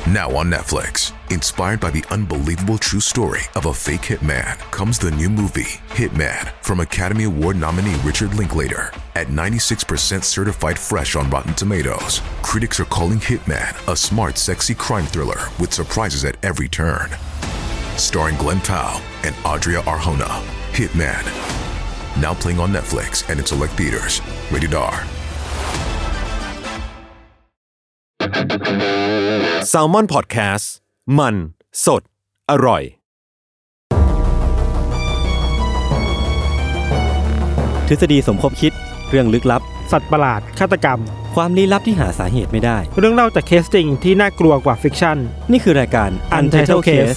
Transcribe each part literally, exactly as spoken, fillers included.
Now on Netflix, inspired by the unbelievable true story of a fake hitman, comes the new movie, Hitman, from Academy Award nominee Richard Linklater. At ninety-six percent certified fresh on Rotten Tomatoes, critics are calling Hitman a smart, sexy crime thriller with surprises at every turn. Starring Glenn Powell and Adria Arjona, Hitman. Now playing on Netflix and in select theaters. Rated R. Salmon Podcast มันสดอร่อยทฤษฎีสมคบคิดเรื่องลึกลับสัตว์ประหลาดฆาตกรรมความลี้ลับที่หาสาเหตุไม่ได้เรื่องเล่าจากเคสจริงที่น่ากลัวกว่าฟิกชั่นนี่คือรายการ Untitled Case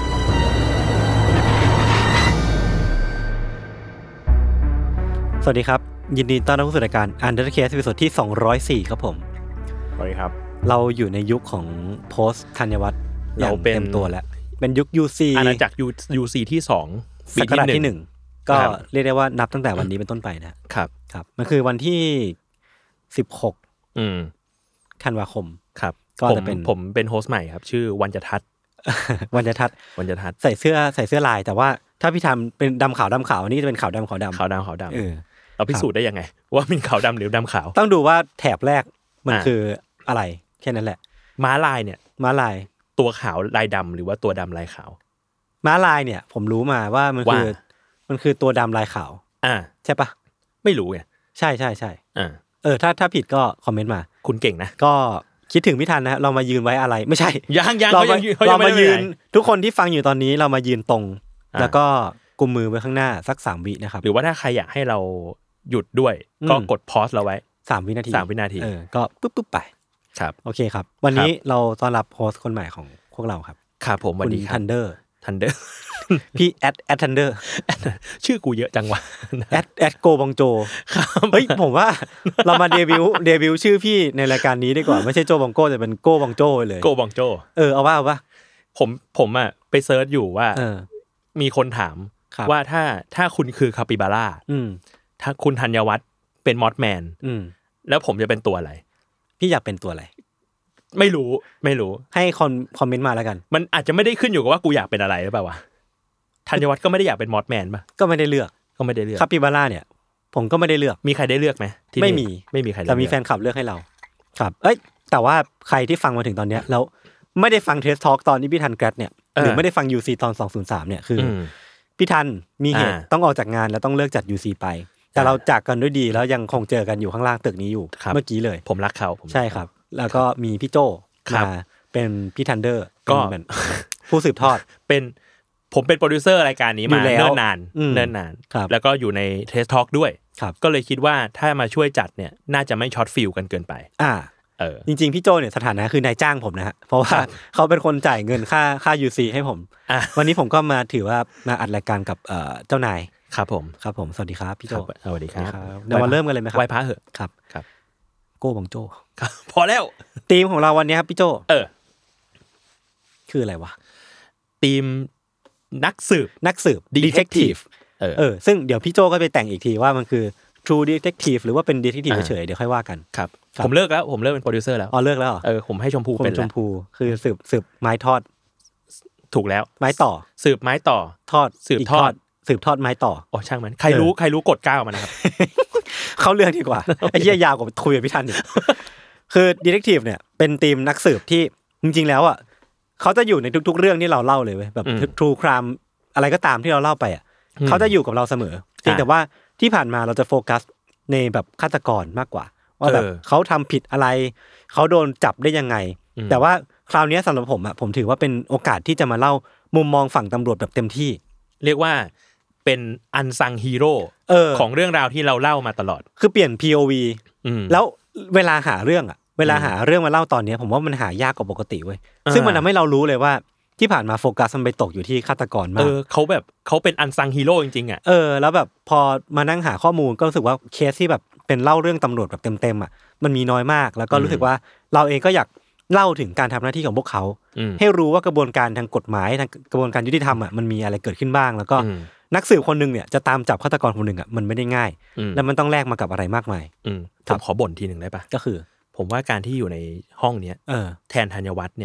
สวัสดีครับยินดีต้อนรับเข้าสู่รายการ Untitled Case ตอนที่สองร้อยสี่ครับผมสวัสดีครับเราอยู่ในยุคของโพสต์ธัญวัฒน์เราเต็มตัวแล้วเป็นยุค ยู ซีอาณาจักร ยู ซี ที่สองปีที่หนึ่งก็เรียกได้ว่านับตั้งแต่วันนี้เป็นต้นไปนะครับครับมันคือวันที่สิบหกอืมธันวาคมครับก็จะเป็นผมเป็นโฮสต์ใหม่ครับชื่อวัญญทัศน์วัญญทัศน์วัญญทัศน์ใส่เสื้อใส่เสื้อลายแต่ว่าถ้าพี่ทำเป็นดำขาวดำขาวอันนี้จะเป็นขาวดำขาวดำขาวดำขาวดำเออเราพิสูจน์ได้ยังไงว่าเป็นขาวดำหรือดำขาวต้องดูว่าแถบแรกมันคืออะไรแค่นั้นแหละม้าลายเนี่ยม้าลายตัวขาวลายดำหรือว่าตัวดำลายขาวม้าลายเนี่ยผมรู้มาว่ามันคือมันคือตัวดำลายขาวอ่าใช่ปะไม่รู้ไงใช่ใช่ใช่อ่าเออถ้าถ้าผิดก็คอมเมนต์มาคุณเก่งนะก็คิดถึงพี่ทันนะเรามายืนไว้อะไรไม่ใช่ยังยังเราเรามายืนทุกคนที่ฟังอยู่ตอนนี้เรามายืนตรงแล้วก็กุมมือไว้ข้างหน้าสักสามวินะครับหรือว่าถ้าใครอยากให้เราหยุดด้วยก็กดพอสเราไว้สามวินาทีสามวินาทีเออก็ปึ๊บปึ๊บไปครับโอเคครับวันนี้เราต้อนรับโฮสต์คนใหม่ของพวกเราครับครับผมสวัสดีครับ Thunder Thunder พี่แอดแอด Thunder ชื่อกูเยอะจังวะแอดแอดโกบองโจเฮ้ยผมว่าเรามาเดบิวต์เดบิวต์ชื่อพี่ในรายการนี้ดีกว่าไม่ใช่โจบองโกแต่เป็นโกบองโจเลยโกบองโจเออเอาว่าเอาว่าผมผมอ่ะไปเซิร์ชอยู่ว่ามีคนถามว่าถ้าถ้าคุณคือคาปิบาร่าถ้าคุณธัญวัฒน์เป็นมอสแมนแล้วผมจะเป็นตัวอะไรพี่อยากเป็นตัวอะไรไม่รู้ไม่รู้ให้คอมคอมเมนต์มาแล้วกันมันอาจจะไม่ได้ขึ้นอยู่กับว่ากูอยากเป็นอะไรหรือเปล่าวะธัญวัฒน์ก็ไม่ได้อยากเป็นมอสแมนป่ะก็ไม่ได้เลือกก็ไม่ได้เลือกคาปิบาร่าเนี่ยผมก็ไม่ได้เลือกมีใครได้เลือกไหมไม่มีไม่มีใครแต่มีแฟนคลับเลือกให้เราครับเอ้ยแต่ว่าใครที่ฟังมาถึงตอนเนี้ยแล้วไม่ได้ฟังเทสทอล์กตอนที่พี่ทันแกรดเนี่ยหรือไม่ได้ฟัง ยู ซี ตอนสองศูนย์สามเนี่ยคือพี่ทันมีเหตุต้องออกจากงานแล้วต้องเลิกจัด ยู ซี ไปแต่เราจากกันด้วยดีแล้วยังคงเจอกันอยู่ข้างล่างตึกนี้อยู่เมื่อกี้เลยผมรักเขาใช่ครับแล้วก็มีพี่โจมาเป็นพี่ทันเดอร์ก็เป็นผู้สืบทอดเป็นผมเป็นโปรดิวเซอร์รายการนี้มาเนิ่นนานเนิ่นนานแล้วก็อยู่ในเทสทอล์กด้วยก็เลยคิดว่าถ้ามาช่วยจัดเนี่ยน่าจะไม่ช็อตฟิลกันเกินไปอ่าเออจริงๆพี่โจเนี่ยสถานะคือนายจ้างผมนะฮะเพราะว่าเขาเป็นคนจ่ายเงินค่าค่า ยู ซี ให้ผมวันนี้ผมก็มาถือว่ามาอัดรายการกับเอ่อเจ้านายครับผมครับผมสวัสดีครับพี่โจสวัสดีครับเดี๋ยวมาเริ่มกันเลยไหมครับไหว้พระเหอะครับครับโก้บังโจพอแล้วธีมของเราวันนี้ครับพี่โจเออคืออะไรวะธีมนักสืบนักสืบ detective เออเออซึ่งเดี๋ยวพี่โจก็ไปแต่งอีกทีว่ามันคือ true detective หรือว่าเป็น detective เฉยๆเดี๋ยวค่อยว่ากันครับผมเลิกแล้วผมเลิกเป็นโปรดิวเซอร์แล้วอ๋อเลิกแล้วเออผมให้ชมพูเป็นชมพูคือสืบสืบไม้ทอดถูกแล้วไม้ต่อสืบไม้ต่อทอดสืบทอดสืบทอดไม้ต่ออ๋อช่างมันใครรู้ใครรู้กดเก้ามานะครับเข้าเรื่องดีกว่าไอ้เหี้ยยาวกว่าคุยกับพี่ทันอีกคือ detective เนี่ยเป็นทีมนักสืบที่จริงๆแล้วอ่ะเขาจะอยู่ในทุกๆเรื่องที่เราเล่าเลยเว้ยแบบ true crime อะไรก็ตามที่เราเล่าไปอ่ะเขาจะอยู่กับเราเสมอเพียงแต่ว่าที่ผ่านมาเราจะโฟกัสในแบบฆาตกรมากกว่าว่าแบบเขาทำผิดอะไรเขาโดนจับได้ยังไงแต่ว่าคราวนี้สำหรับผมอ่ะผมถือว่าเป็นโอกาสที่จะมาเล่ามุมมองฝั่งตำรวจแบบเต็มที่เรียกว่าเป็นอันซังฮีโร่ของเรื่องราวที่เราเล่ามาตลอดคือเปลี่ยน พี โอ วี แล้วเวลาหาเรื่องอ่ะเวลาหาเรื่องมาเล่าตอนนี้ผมว่ามันหายากกว่าปกติเว้ยซึ่งมันทำให้เรารู้เลยว่าที่ผ่านมาโฟกัสมันไปตกอยู่ที่ฆาตกรมากเออเขาแบบเขาเป็นอันซังฮีโร่จริงๆอ่ะเออแล้วแบบพอมานั่งหาข้อมูลก็รู้สึกว่าเคสที่แบบเป็นเล่าเรื่องตำรวจแบบเต็มๆอ่ะมันมีน้อยมากแล้วก็รู้สึกว่าเราเองก็อยากเล่าถึงการทำหน้าที่ของพวกเขาให้รู้ว่ากระบวนการทางกฎหมายทางกระบวนการยุติธรรมอ่ะมันมีอะไรเกิดขึ้นบ้างแล้วก็นักสืบคนนึงเนี่ยจะตามจับฆาตกรคนนึงอ่ะมันไม่ได้ง่ายแล้วมันต้องแลกมากับอะไรมากมายผมขอบ่นทีนึงได้ปะก็คือผมว่าการที่อยู่ในห้องเนี้ยแทนธัญวัฒน์เนี่ย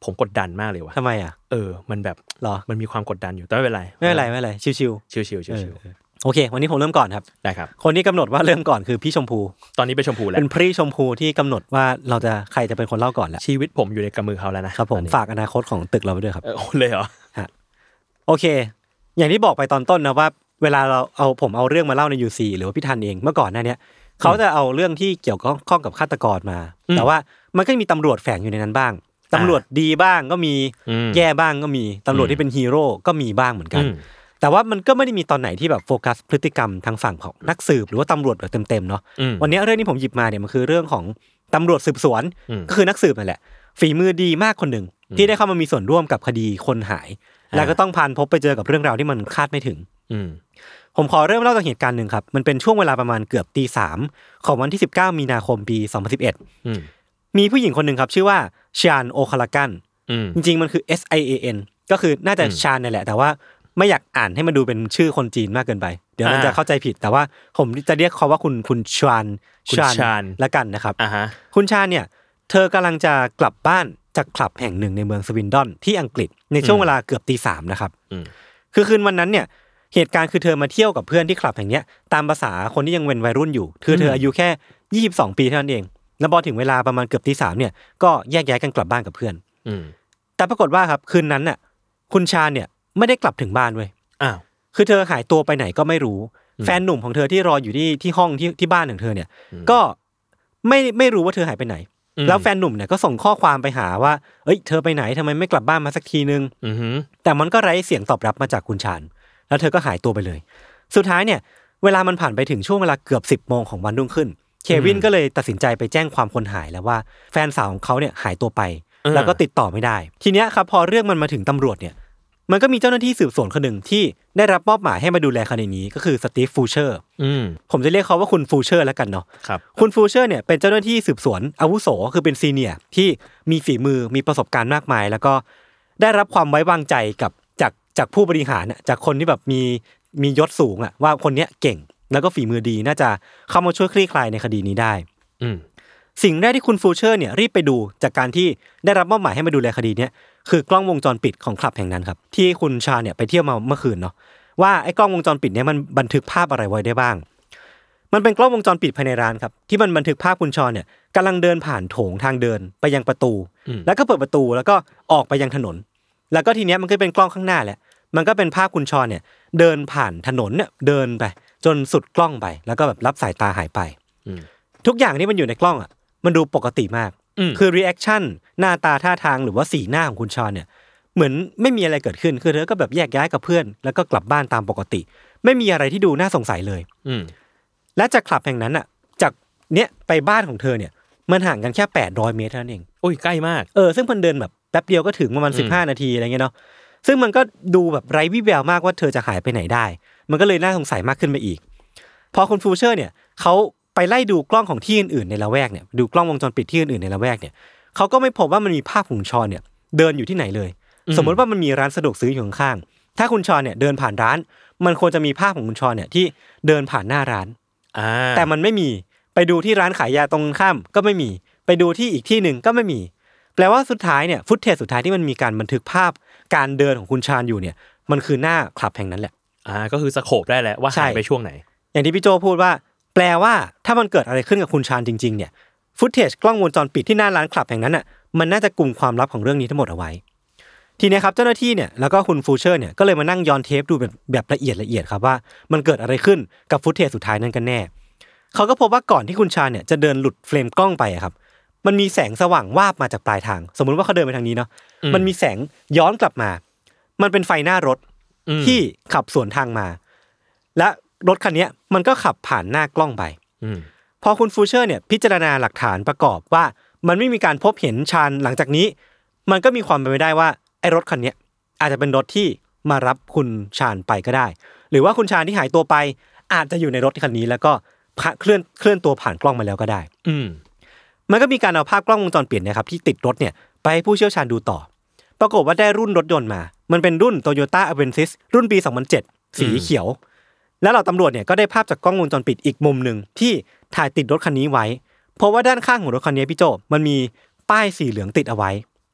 ผมกดดันมากเลยว่ะทำไมอ่ะเออมันแบบหรอมันมีความกดดันอยู่แต่ไม่เป็นไรไม่เป็นไรไม่เป็นไรชิวๆชิวๆชิวๆโอเควันนี้ผมเริ่มก่อนครับได้ครับคนที่กำหนดว่าเริ่มก่อนคือพี่ชมพูตอนนี้เป็นชมพูแล้วเป็นพี่ชมพูที่กำหนดว่าเราจะใครจะเป็นคนเล่าก่อนแล้วชีวิตผมอยู่ในกำมือเขาแล้วนะครับผมฝากอนาคตของตึกเราไว้ด้วยครับเลยเหรอฮะโอเคอย่างที่บอกไปตอนต้นนะว่าเวลาเราเอาผมเอาเรื่องมาเล่าใน ยู ซี หรือว่าพี่ทันเองเมื่อก่อนหน้านี้เขาจะเอาเรื่องที่เกี่ยวข้องกับฆาตกรมาแต่ว่ามันก็มีตำรวจแฝงอยู่ในนั้นบ้างตำรวจดีบ้างก็มีแย่บ้างก็มีตำรวจที่เป็นฮีโร่ก็มีบ้างเหมือนกันแต่ว่ามันก็ไม่ได้มีตอนไหนที่แบบโฟกัสพฤติกรรมทางฝั่งของนักสืบหรือว่าตำรวจแบบเต็มๆเนาะวันนี้เรื่องที่ผมหยิบมาเนี่ยมันคือเรื่องของตำรวจสืบสวนก็คือนักสืบนั่นแหละฝีมือดีมากคนหนึ่งที่ได้เข้ามามีส่วนร่วมกับคดีคนหายแล้วก็ต้องผ่านพบไปเจอกับเรื่องราวที่มันคาดไม่ถึงผมขอเริ่มเล่าจากเหตุการณ์หนึ่งครับมันเป็นช่วงเวลาประมาณเกือบตีสามของวันที่สิบเก้ามีนาคมปีสองพันสิบเอ็ดมีผู้หญิงคนหนึ่งครับชื่อว่าชานโอคาลากันจริงๆมันคือ S I A N ก็คือน่าจะชานนั่นแหละแต่ว่าไม่อยากอ่านให้มันดูเป็นชื่อคนจีนมากเกินไปเดี๋ยวมันจะเข้าใจผิดแต่ว่าผมจะเรียกเขาว่าคุณคุณชานชานละกันนะครับคุณชานเนี่ยเธอกำลังจะกลับบ้านจากคลับแห่งหนึ่งในเมืองสวินดอนที่อังกฤษในช่วงเวลาเกือบตีสามนะครับคือคืนวันนั้นเนี่ยเหตุการณ์คือเธอมาเที่ยวกับเพื่อนที่คลับแห่งเนี้ยตามภาษาคนที่ยังเป็นวัยรุ่นอยู่คือเธออายุแค่ยี่สิบสองปีเท่านั้นเองแล้วพอถึงเวลาประมาณเกือบตีสามเนี่ยก็แยกย้ายกันกลับบ้านกับเพื่อนแต่ปรากฏว่าครับคืนนั้นน่ะคุณชาเนี่ยไม่ได้กลับถึงบ้านเว้ยอ้าวคือเธอหายตัวไปไหนก็ไม่รู้แฟนหนุ่มของเธอที่รออยู่ที่ที่ห้องที่ที่บ้านของเธอเนี่ยก็ไม่ไม่รู้ว่าเธอหายไปไหนแล้วแฟนหนุ่มเนี่ยก็ส่งข้อความไปหาว่าเอ้ยเธอไปไหนทำไมไม่กลับบ้านมาสักทีนึงแต่มันก็ไร้เสียงตอบรับมาจากคุณชาญแล้วเธอก็หายตัวไปเลยสุดท้ายเนี่ยเวลามันผ่านไปถึงช่วงเวลาเกือบสิบโมงของวันรุ่งขึ้นเควินก็เลยตัดสินใจไปแจ้งความคนหายแล้วว่าแฟนสาวของเขาเนี่ยหายตัวไปแล้วก็ติดต่อไม่ได้ทีเนี้ยครับพอเรื่องมันมาถึงตำรวจเนี่ยมันก็มีเจ้าหน้าที่สืบสวนคนหนึ่งที่ได้รับมอบหมายให้มาดูแลคดีนี้ก็คือสตีฟฟูเชอร์ผมจะเรียกเขาว่าคุณฟูเชอร์แล้วกันเนาะคุณฟูเชอร์เนี่ยเป็นเจ้าหน้าที่สืบสวนอาวุโสคือเป็นซีเนียร์ที่มีฝีมือมีประสบการณ์มากมายแล้วก็ได้รับความไว้วางใจกับจากจากผู้บริหารน่ะจากคนที่แบบมีมียศสูงอ่ะว่าคนเนี้ยเก่งแล้วก็ฝีมือดีน่าจะเข้ามาช่วยคลี่คลายในคดีนี้ได้สิ่งแรกที่คุณฟูเชอร์เนี่ยรีบไปดูจากการที่ได้รับมอบหมายให้มาดูแลคดีเนี้ยคือกล้องวงจรปิดของคลับแห่งนั้นครับที่คุณชาเนี่ยไปเที่ยวมาเมื่อคืนเนาะว่าไอ้กล้องวงจรปิดเนี้ยมันบันทึกภาพอะไรไว้ได้บ้างมันเป็นกล้องวงจรปิดภายในร้านครับที่มันบันทึกภาพคุณชาเนี่ยกำลังเดินผ่านโถงทางเดินไปยังประตูแล้วก็เปิดประตูแล้วก็ออกไปยังถนนแล้วก็ทีเนี้ยมันก็เป็นกล้องข้างหน้าแหละมันก็เป็นภาพคุณชาเนี่ยเดินผ่านถนนเนี่ยเดินไปจนสุดกล้องไปแล้วก็แบบรับสายตาหายไปทุกอย่างที่มันอยู่ในกล้องอ่ะมันดูปกติมากคือรีแอคชั่นหน้าตาท่าทางหรือว่าสีหน้าของคุณชาเนี่ยเหมือนไม่มีอะไรเกิดขึ้นคือเธอก็แบบแยกย้ายกับเพื่อนแล้วก็กลับบ้านตามปกติไม่มีอะไรที่ดูน่าสงสัยเลยและจากคลับแห่งนั้นอ่ะจากเนี้ยไปบ้านของเธอเนี่ยมันห่างกันแค่แปดร้อยเมตรเท่านั้นเองโอ้ยใกล้มากเออซึ่งเพิ่นเดินแบบแป๊บเดียวก็ถึงประมาณสิบห้านาทีอะไรเงี้ยเนาะซึ่งมันก็ดูแบบไร้วี่แววมากว่าเธอจะหายไปไหนได้มันก็เลยน่าสงสัยมากขึ้นไปอีกพอคุณฟูเชอร์เนี่ยเขาไปไล่ดูกล้องของที่อื่นๆในละแวกเนี่ยดูกล้องวงจรปิดที่อื่นๆในละแวกเนี่ยเขาก็ไม่พบว่ามันมีภาพของชอนเนี่ยเดินอยู่ที่ไหนเลยสมมติว่ามันมีร้านสะดวกซื้ออยู่ข้างๆถ้าคุณชอนเนี่ยเดินผ่านร้านมันควรจะมีภาพของคุณชอนเนี่ยที่เดินผ่านหน้าร้านแต่มันไม่มีไปดูที่ร้านขายยาตรงข้ามก็ไม่มีไปดูที่อีกที่นึงก็ไม่มีแปลว่าสุดท้ายเนี่ยฟุตเทจสุดท้ายที่มันมีการบันทึกภาพการเดินของคุณชานอยู่เนี่ยมันคือหน้าคลับแห่งนั้นแหละอ่าก็คือสโคปได้แหละว่าหายไปช่วงไหนอย่างที่พี่โจพูดว่าแปลว่าถ้ามันเกิดอะไรขึ้นกับคุณชานจริงๆเนี่ยฟุตเทจกล้องวงจรปิดที่หน้าร้านคลับแห่งนั้นน่ะมันน่าจะกุมความลับของเรื่องนี้ทั้งหมดเอาไว้ทีนี้ครับเจ้าหน้าที่เนี่ยแล้วก็คุณฟูเชอร์เนี่ยก็เลยมานั่งย้อนเทปดูแบบแบบละเอียดละเอียดครับว่ามันเกิดอะไรขึ้นกับฟุตเทจสุดท้ายนั้นกันแน่เขาก็พบว่าก่อนที่คุณชานเนี่ยจะเดินหลุดเฟรมกล้องไปอะครับมันมีแสงสว่างวาบมาจากปลายทางสมมุติว่าเขาเดินไปทางนี้เนาะมันมีแสงย้อนกลับมามันเป็นไฟหน้ารถที่ขับสวนทางมาและรถคันนี้มันก็ขับผ่านหน้ากล้องไปพอคุณฟูเชอร์เนี่ยพิจารณาหลักฐานประกอบว่ามันไม่มีการพบเห็นชานหลังจากนี้มันก็มีความเป็นไปได้ว่าไอ้รถคันนี้อาจจะเป็นรถที่มารับคุณชานไปก็ได้หรือว่าคุณชานที่หายตัวไปอาจจะอยู่ในรถคันนี้แล้วก็เคลื่อนเคลื่อนตัวผ่านกล้องมาแล้วก็ได้มันก็มีการเอาภาพกล้องวงจรปิดนะครับที่ติดรถเนี่ยไปให้ผู้เชี่ยวชาญดูต่อปรากฏว่าได้รุ่นรถยนต์มามันเป็นรุ่น Toyota Avensis รุ่นปีสองพันเจ็ดสีเขียวแล้วเราตำรวจเนี่ยก็ได้ภาพจากกล้องวงจรปิดอีกมุมนึงที่ถ่ายติดรถคันนี้ไว้เพราะว่าด้านข้างของรถคันนี้พี่โจมันมีป้ายสีเหลืองติดเอาไว้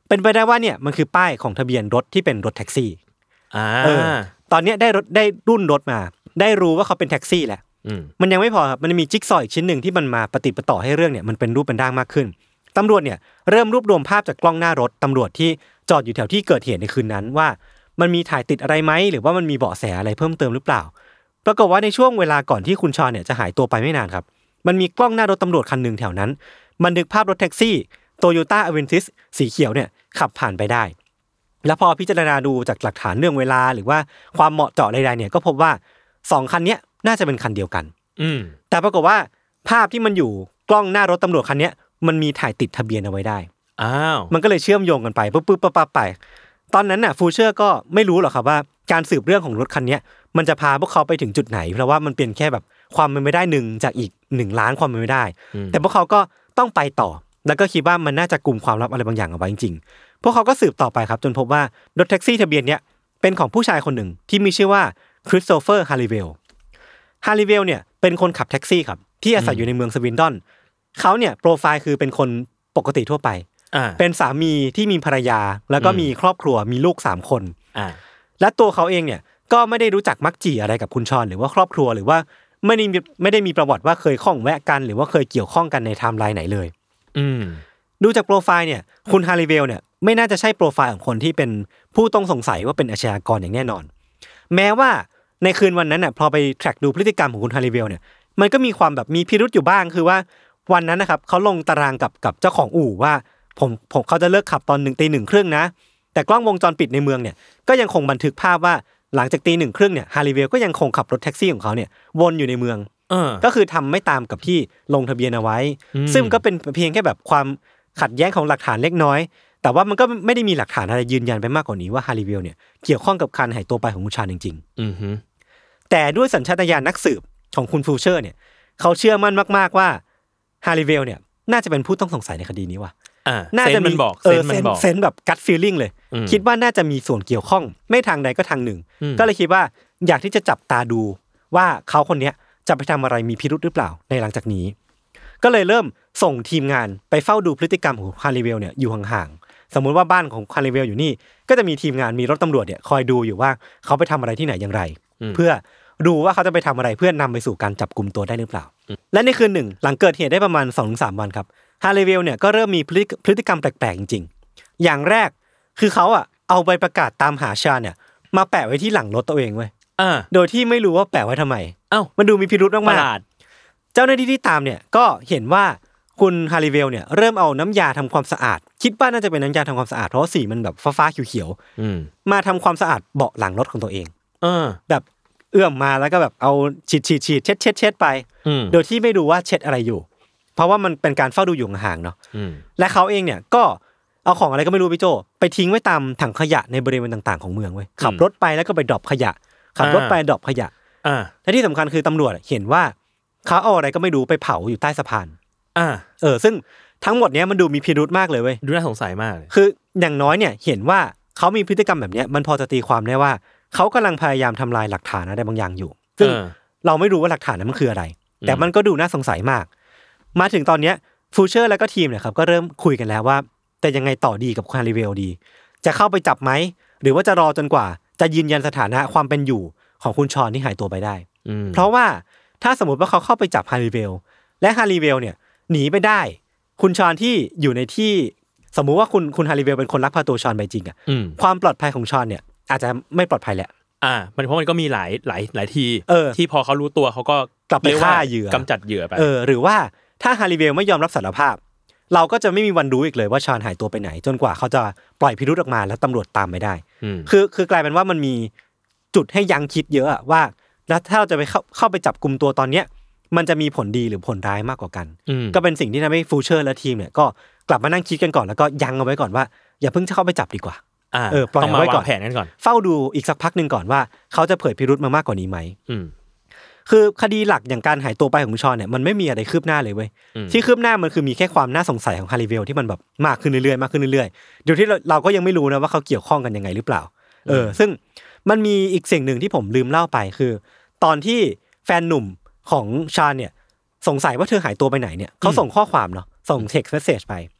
เป็นไปได้ว่าเนี่ยมันคือป้ายของทะเบียนรถที่เป็นรถแท็กซี่อ่าเออตอนนี้ได้รถได้รุ่นรถมาได้รู้ว่าเขาเป็นแท็กซี่แหละมันยังไม่พอครับมันมีจิ๊กซอว์อีกชิ้นหนึ่งที่มันมาปฏิปต่อให้เรื่องเนี่ยมันเป็นรูปเป็นร่างมากขึ้นตำรวจเนี่ยเริ่มรวบรวมภาพจากกล้องหน้ารถตำรวจที่จอดอยู่แถวที่เกิดเหตุในคืนนั้นว่ามันมีถ่ายติดอะไรไหมหรือว่ามันมีเบาะแสอะไรเพิ่มเติมหรือเปล่าปรากฏว่าในช่วงเวลาก่อนที่คุณชอนเนี่ยจะหายตัวไปไม่นานครับมันมีกล้องหน้ารถตำรวจคันนึงแถวนั้นบันทึกภาพรถแท็กซี่ Toyota Avensis สีเขียวเนี่ยขับผ่านไปได้แล้วพอพิจารณาดูจากหลักฐานเรื่องเวลาหรือว่าความเหมาะเจาะใดๆเนี่ยก็พบว่าสองคันนี้น่าจะเป็นคันเดียวกันอืมแต่ปรากฏว่าภาพที่มันอยู่กล้องหน้ารถตำรวจคันนี้มันมีถ่ายติดทะเบียนเอาไว้ได้อ้าวมันก็เลยเชื่อมโยงกันไปปึ๊บๆปั๊บๆไปตอนนั้นน่ะฟูเชอร์ก็ไม่รู้หรอกครับว่าการสืบเรื่องของรถคันนี้มันจะพาพวกเขาไปถึงจุดไหนเพราะว่ามันเป็นแค่แบบความเป็นไปได้หนึ่งจากอีกหนึ่งล้านความเป็นไปได้แต่พวกเขาก็ต้องไปต่อแล้วก็คิดว่ามันน่าจะกุมความลับอะไรบางอย่างเอาไว้จริงๆพวกเขาก็สืบต่อไปครับจนพบว่ารถแท็กซี่ทะเบียนเนี้ยเป็นของผู้ชายคนหนึ่งที่มีชื่อว่าคริสโตเฟอร์ฮาริเวลฮาริเวลเนี่ยเป็นคนขับแท็กซี่ครับที่อาศัยอยู่ในเมืองสวินดอนเขาเนี่ยโปรไฟล์คือเป็นคนปกติทั่วไปเป็นสามีที่มีภรรยาแล้วก็มีครอบครัวมีลูกสามคนและตัวเขาเองเนี่ยก็ไม่ได้รู้จักมักจีอะไรกับคุณชอนหรือว่าครอบครัวหรือว่าไม่ได้ไม่ได้มีประวัติว่าเคยข้องแวะกันหรือว่าเคยเกี่ยวข้องกันในไทม์ไลน์ไหนเลยดูจากโปรไฟล์เนี่ยคุณฮาริเวลเนี่ยไม่น่าจะใช่โปรไฟล์ของคนที่เป็นผู้ต้องสงสัยว่าเป็นอาชญากรอย่างแน่นอนแม้ว่าในคืนวันนั้นน่ะพอไปแทร็กดูพฤติกรรมของคุณฮาริเวลเนี่ยมันก็มีความแบบมีพิรุธอยู่บ้างคือว่าวันนั้นนะครับเขาลงตารางกับกับเจ้าของอู่ว่าผมผมเขาจะเลิกขับตอนหนึ่งตีหนึ่งครึ่งนะแต่กล้องวงจรปิดในเมืองเนี่ยก็ยังคงบันทึกภาพว่าหลังจากตีหนึ่งครึ่งเนี่ยฮาริเวลก็ยังคงขับรถแท็กซี่ของเขาเนี่ยวนอยู่ในเมืองก็คือทำไม่ตามกับที่ลงทะเบียนเอาไว้ซึ่งก็เป็นเพียงแค่แบบความขัดแย้งของหลักฐานเล็กน้อยแต่ว่ามันก็ไม่ได้มีหลักฐานอะไรยืนยันไปมากกว่านี้ว่าฮาริเวลเนี่ยเกี่ยวข้องกับการหายตัวไปของคุณชานจริงๆแต่ด้วยสัญชาตญาณนักสืบของคุณฟูเชอร์เนี่ยเขาเชื่อมั่นมากๆว่าฮาริเวลเนี่ยน่าจะเป็นผู้ต้องสงสัยในคดีนี้ว่ะน่าจะมีบอกเซนมันบอกเซนแบบกัตฟีลลิ่งเลยคิดว่าน่าจะมีส่วนเกี่ยวข้องไม่ทางใดก็ทางหนึ่งก็เลยคิดว่าอยากที่จะจับตาดูว่าเขาคนนี้จะไปทำอะไรมีพิรุธหรือเปล่าในหลังจากนี้ก็เลยเริ่มส่งทีมงานไปเฝ้าดูพฤติกรรมของฮาริเวลเนี่ยอยู่ห่างๆสมมุติว่าบ้านของฮาริเวลอยู่นี่ก็จะมีทีมงานมีรถตำรวจเนี่ยคอยดูอยู่ว่าเขาไปทำอะไรที่ไหนอย่างไรเพื่อดูว่าเขาจะไปทำอะไรเพื่อนำไปสู่การจับกุมตัวได้หรือเปล่าและในคืนหนึ่งหลังเกิดเหตุได้ประมาณ สองถึงสาม วันครับฮาริเวลเนี่ยก็เริ่มมีพฤติกรรมแปลกๆจริงๆอย่างแรกคือเขาอ่ะเอาใบประกาศตามหาชาเนี่ยมาแปะไว้ที่หลังรถตัวเองเว้ยโดยที่ไม่รู้ว่าแปะไว้ทำไมเอ้ามันดูมีพิรุธมากๆเจ้าหน้าที่ที่ตามเนี่ยก็เห็นว่าคุณฮาริเวลเนี่ยเริ่มเอาน้ำยาทำความสะอาดคิดว่าน่าจะเป็นน้ำยาทำความสะอาดเพราะสีมันแบบฟ้าๆเขียวๆมาทำความสะอาดเบาะหลังรถของตัวเองเออแบบเอื้อมมาแล้วก็แบบเอาฉีดฉีดฉีดเช็ดเช็ดเช็ดไปโดยที่ไม่รู้ว่าเช็ดอะไรอยู่เพราะว่ามันเป็นการเฝ้าดูอยู่ห่างๆเนาะและเขาเองเนี่ยก็เอาของอะไรก็ไม่รู้พี่โจไปทิ้งไว้ตามถังขยะในบริเวณต่างๆของเมืองเว้ยขับรถไปแล้วก็ไปดรอปขยะขับรถไปดรอปขยะและที่สำคัญคือตำรวจเห็นว่าเขาเอาอะไรก็ไม่รู้ไปเผาอยู่ใต้สะพานเออซึ่งทั้งหมดเนี้ยมันดูมีพิรุธมากเลยเว้ยดูน่าสงสัยมากเลยคืออย่างน้อยเนี่ยเห็นว่าเขามีพฤติกรรมแบบเนี้ยมันพอจะตีความได้ว่าเขากำลังพยายามทำลายหลักฐานอะไรบางอย่างอยู่ซึ่งเราไม่รู้ว่าหลักฐานนั้นมันคืออะไรแต่มันก็ดูน่าสงสัยมากมาถึงตอนเนี้ยฟูเชอร์แล้วก็ทีมเนี่ยครับก็เริ่มคุยกันแล้วว่าแต่ยังไงต่อดีกับฮาริเวลดีจะเข้าไปจับไหมหรือว่าจะรอจนกว่าจะยืนยันสถานะความเป็นอยู่ของคุณชอนที่หายตัวไปได้เพราะว่าถ้าสมมติว่าเขาเข้าไปจับฮาริเวลและฮาริเวลเนี่ยหนีไปได้คุณชอนที่อยู่ในที่สมมุติว่าคุณคุณฮาริเวลเป็นคนลักพาตัวชอนไปจริงอ่ะความปลอดภัยของชอนเนี่ยอาจจะไม่ปลอดภัยแหละอ่ามันเพราะมันก็มีหลายหลายหลายทีที่พอเขารู้ตัวเขาก็กลับไปฆ่าเหยื่อกำจัดเหยื่อไปเออหรือว่าถ้าฮาริเวลไม่ยอมรับสารภาพเราก็จะไม่มีวันรู้อีกเลยว่าชอนหายตัวไปไหนจนกว่าเขาจะปล่อยพิรุธออกมาแล้วตำรวจตามไปได้คือคือกลายเป็นว่ามันมีจุดให้ยังคิดเยอะว่าแล้วถ้าเราจะไปเข้าเข้าไปจับกุมตัวตอนเนี้ยมันจะมีผลดีหรือผลร้ายมากกว่ากันก็เป็นสิ่งที่ทำให้ฟูเชอร์และทีมเนี่ยก็กลับมานั่งคิดกันก่อนแล้วก็ยังเอาไว้ก่อนว่าอย่าเพิ่งเข้าไปจับดีกว่าเออปล่อยไว้ก่อนแผนกันก่อนเฝ้าดูอีกสักพักนึงก่อนว่าเขาจะเผยพิรุธมามากกว่านี้ไหมคือคดีหลักอย่างการหายตัวไปของคุณชอนเนี่ยมันไม่มีอะไรคืบหน้าเลยเว้ยที่คืบหน้ามันคือมีแค่ความน่าสงสัยของฮาริเวลที่มันแบบมากขึ้นเรื่อยๆมากขึ้นเรื่อยๆเดี๋ยวที่เราเราก็ยังไม่รู้นะว่าเขาเกี่ยวข้องกันยังไงหรือเปล่าเออซึ่งมันมีอีกสิ่งหนึ่งที่ผมลืมเล่าไปคือตอนที่แฟนหนุ่มของชอนเนี่ยสงสัยว่าเธอหายตัวไปไหนเนี่ยเขาส่งข้อความเนาะส่ง text message ไป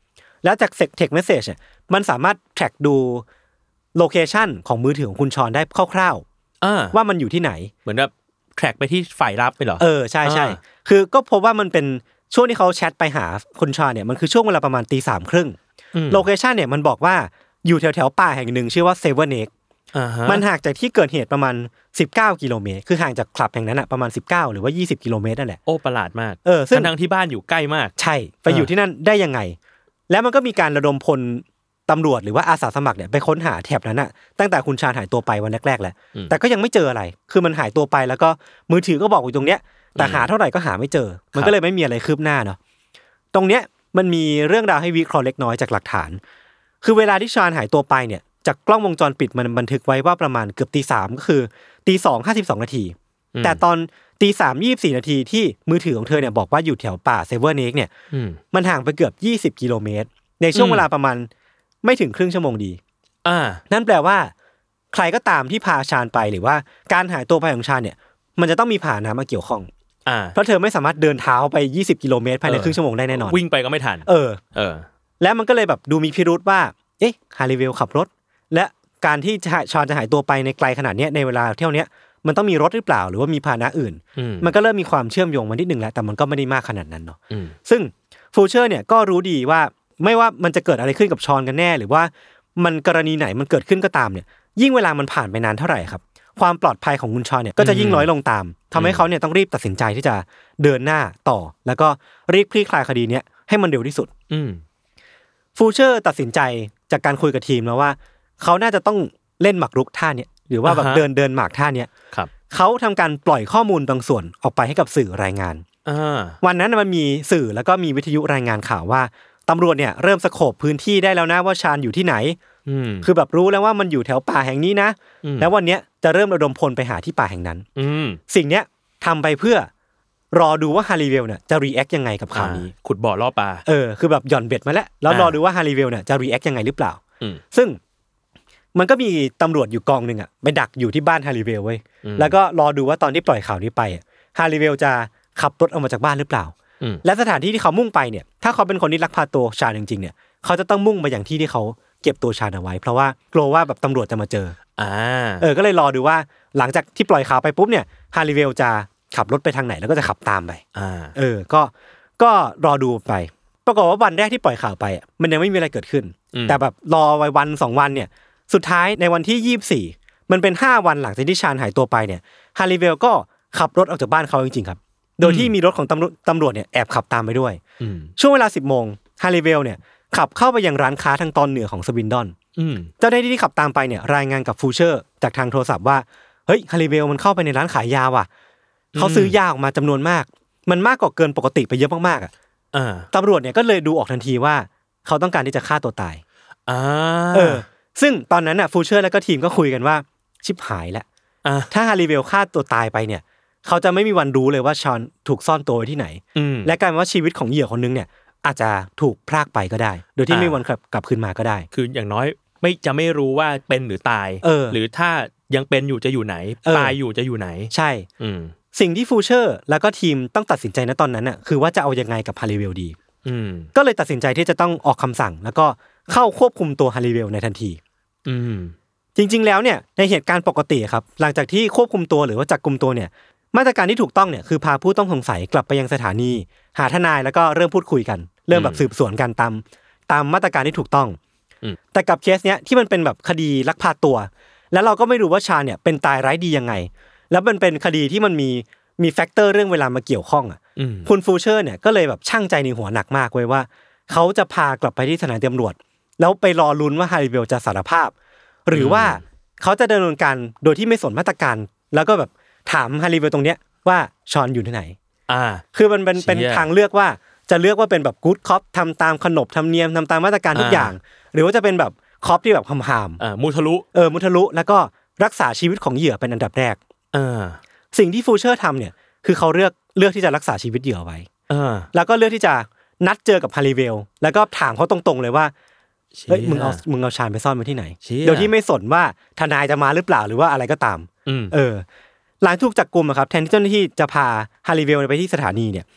แล้วจาก text message เนี่ยมันสามารถ track ดูโลเคชั่นของมือถือของคุณชอนได้คร่าวๆว่ามันอยู่ที่ไหนเหมือนแบบ track ไปที่ฝ่ายรับไปเหรอเออใช่ๆคือก็พบว่ามันเป็นช่วงที่เขาแชทไปหาคุณชอนเนี่ยมันคือช่วงเวลาประมาณตีสามครึ่งโลเคชั่นเนี่ยมันบอกว่าอยู่แถวๆป่าแห่งหนึ่งชื่อว่าเซเวอร์เนกมันห่างจากที่เกิดเหตุประมาณสิบเก้ากิโลเมตรคือห่างจากคลับแห่งนั้นอ่ะประมาณสิบเก้าหรือว่ายี่สิบกิโลเมตรนั่นแหละโอ้ประหลาดมากเออซึ่งทั้งที่บ้านอยู่ใกล้มากใช่ไปอยู่ที่นั่นได้ยังไงแล้วมันก็มีการระดมพลตำรวจหรือว่าอาสาสมัครเนี่ยไปค้นหาแถบนั้นน่ะตั้งแต่คุณชาญหายตัวไปวันแรกๆแหละแต่ก็ยังไม่เจออะไรคือมันหายตัวไปแล้วก็มือถือก็บอกอยู่ตรงเนี้ยแต่หาเท่าไหร่ก็หาไม่เจอมันก็เลยไม่มีอะไรคืบหน้าเนาะตรงเนี้ยมันมีเรื่องราวให้วิเคราะห์เล็กน้อยจากหลักฐานคือเวลาที่ชาญหายตัวไปเนี่ยจากกล้องวงจรปิดมันบันทึกไว้ว่าประมาณเกือบตีสามก็คือตีสองห้าสิบสองนาทีแต่ตอนตีสามยี่สิบสี่นาทีที่มือถือของเธอเนี่ยบอกว่าอยู่แถวป่าเซเวอร์เนกเนี่ยมันห่างไปเกือบยี่สิบกิโลเมตรในช่วงเวลาประมาณไม่ถึงครึ่งชั่วโมงดีอ่านั่นแปลว่าใครก็ตามที่พาชาญไปหรือว่าการหายตัวไปของชาญเนี่ยมันจะต้องมีพาหนะมาเกี่ยวข้องอ่าเพราะเธอไม่สามารถเดินเท้าไปยี่สิบกิโลเมตรภายในครึ่งชั่วโมงได้แน่นอนวิ่งไปก็ไม่ทันเออเออแล้วมันก็เลยแบบดูมีพิรุธว่าเอ๊ะฮาริเวลขับรถและการที่ชาญจะหายตัวไปในไกลขนาดนี้ในเวลาเท่านี้มันต้องมีรถหรือเปล่าหรือว่ามีพาหนะอื่นมันก็เริ่มมีความเชื่อมโยงมานิดนึงแล้วแต่มันก็ไม่ได้มากขนาดนั้นเนาะซึ่งฟูเชอร์เนี่ยก็รู้ดีว่าไม่ว่ามันจะเกิดอะไรขึ้นกับชอนกันแน่หรือว่ามันกรณีไหนมันเกิดขึ้นก็ตามเนี่ยยิ่งเวลามันผ่านไปนานเท่าไหร่ครับความปลอดภัยของคุณชอนเนี่ยก็จะยิ่งน้อยลงตามทำให้เขาเนี่ยต้องรีบตัดสินใจที่จะเดินหน้าต่อแล้วก็รีบคลี่คลายคดีนี้ให้มันเร็วที่สุดฟูเชอร์ตัดสินใจจากการคุยกับทีมแล้วว่าเขาน่าจะต้องเล่นหมากรุกท่าเนี้ยหรือว่าแบบเดินเดินหมากท่าเนี้ยเขาทำการปล่อยข้อมูลบางส่วนออกไปให้กับสื่อรายงานวันนั้นมันมีสื่อแล้วก็มีวิทยุรายงานข่าวว่าตำรวจเนี่ยเริ่มสโคปพื้นที่ได้แล้วนะว่าชาญอยู่ที่ไหนคือแบบรู้แล้วว่ามันอยู่แถวป่าแห่งนี้นะแล้ววันเนี้ยจะเริ่มระดมพลไปหาที่ป่าแห่งนั้นสิ่งเนี้ยทำไปเพื่อรอดูว่าฮาริเวลเนี่ยจะรีแอคยังไงกับข่าวนี้ขุดบ่อล่อปลาเออคือแบบหย่อนเบ็ดมาแล้วแล้วรอดูว่าฮาริเวลเนี่ยจะรีแอคยังไงหรือเปล่าซึ่งมันก็มีตำรวจอยู่กองนึงอ่ะไปดักอยู่ที่บ้านฮาริเวลเว้ยแล้วก็รอดูว่าตอนที่ปล่อยข่าวนี้ไปอ่ะฮาริเวลจะขับรถออกมาจากบ้านหรือเปล่าและสถานที่ที่เขามุ่งไปเนี่ยถ้าเขาเป็นคนที่ลักพาตัวชาญจริงๆเนี่ยเขาจะต้องมุ่งไปอย่างที่ที่เขาเก็บตัวชาญเอาไว้เพราะว่ากลัวว่าแบบตำรวจจะมาเจออ่าเออก็เลยรอดูว่าหลังจากที่ปล่อยข่าวไปปุ๊บเนี่ยฮาริเวลจะขับรถไปทางไหนแล้วก็จะขับตามไปอ่าเออก็ก็รอดูไปปรากฏว่าวันแรกที่ปล่อยข่าวไปอ่ะมันยังไม่มีอะไรเกิดขึ้นแต่แบบรอไว้วันสองวันเนี่ยสุดท้ายในวันที่ยี่สิบสี่มันเป็นห้าวันหลังจากที่ชาญหายตัวไปเนี่ยฮาริเวลก็ขับรถออกจากบ้านเขาจริงๆครับโดยที่มีรถของตำรวจตำรวจเนี่ยแอบขับตามไปด้วยช่วงเวลาสิบโมงฮาริเวลเนี่ยขับเข้าไปยังร้านค้าทางตอนเหนือของสวินดอนเจ้าหน้าที่ที่ขับตามไปเนี่ยรายงานกับฟูเชอร์จากทางโทรศัพท์ว่าเฮ้ยฮาริเวลมันเข้าไปในร้านขายยาว่ะเขาซื้อยาออกมาจำนวนมากมันมากกว่าเกินปกติไปเยอะมากๆอ่ะตำรวจเนี่ยก็เลยดูออกทันทีว่าเขาต้องการที่จะฆ่าตัวตายเออซึ่งตอนนั้นอ่ะฟูเชอร์แล้วก็ทีมก็คุยกันว่าชิบหายแล้วถ้าฮาริเวลฆ่าตัวตายไปเนี่ยเขาจะไม่มีวันรู้เลยว่าชอนถูกซ่อนตัวไว้ที่ไหนและกลายเป็นว่าชีวิตของเหยื่อคนนึงเนี่ยอาจจะถูกพรากไปก็ได้โดยที่ไม่มีวันกลับกลับคืนมาก็ได้คืออย่างน้อยไม่จะไม่รู้ว่าเป็นหรือตายหรือถ้ายังเป็นอยู่จะอยู่ไหนตายอยู่จะอยู่ไหนใช่สิ่งที่ฟูเชอร์แล้วก็ทีมต้องตัดสินใจณตอนนั้นน่ะคือว่าจะเอายังไงกับฮาริเวลดีก็เลยตัดสินใจที่จะต้องออกคำสั่งแล้วก็เข้าควบคุมตัวฮาริเวลในทันทีจริงๆแล้วเนี่ยในเหตุการณ์ปกติครับหลังจากที่ควบคุมตัวหรือว่าจับกุมตัวเนี่ยมาตรการที่ถูกต้องเนี่ยคือพาผู้ต้องสงสัยกลับไปยังสถานีหาทนายแล้วก็เริ่มพูดคุยกันเริ่มแบบสืบสวนกันตามตามมาตรการที่ถูกต้องแต่กับเคสเนี้ยที่มันเป็นแบบคดีลักพาตัวแล้วเราก็ไม่รู้ว่าชาเนี่ยเป็นตายร้ายดียังไงแล้วมันเป็นคดีที่มันมีมีแฟกเตอร์เรื่องเวลามาเกี่ยวข้องอ่ะคุณฟูเชอร์เนี่ยก็เลยแบบชั่งใจในหัวหนักมากเว้ยว่าเขาจะพากลับไปที่สถานีตำรวจแล้วไปรอลุ้นว่าฮาริเวลจะสารภาพหรือว่าเขาจะดำเนินการโดยที่ไม่สนมาตรการแล้วก็แบบถามฮาริเวลตรงเนี้ยว่าชอนอยู่ที่ไหนอ่าคือมันเป็นเป็นทางเลือกว่าจะเลือกว่าเป็นแบบกู๊ดคอปทำตามขนบธรรมเนียมทำตามมาตรการทุกอย่างหรือว่าจะเป็นแบบคอปที่แบบหามๆอ่ามุทะลุเออมุทะลุแล้วก็รักษาชีวิตของเหยื่อเป็นอันดับแรกเออสิ่งที่ฟูเชอร์ทำเนี่ยคือเขาเลือกเลือกที่จะรักษาชีวิตเหยื่อไว้เออแล้วก็เลือกที่จะนัดเจอกับฮาริเวลแล้วก็ถามเขาตรงๆเลยว่าเฮ้ยมึงเอามึงเอาชาญไปซ่อนไว้ที่ไหนโดยที่ไม่สนว่าทนายจะมาหรือเปล่าหรือว่าอะไรก็ตามเออหลังถูกจับกุมอะครับแทนที่เจ้าหน้าที่จะพาฮาริเวลไปที่สถานีเนี่ย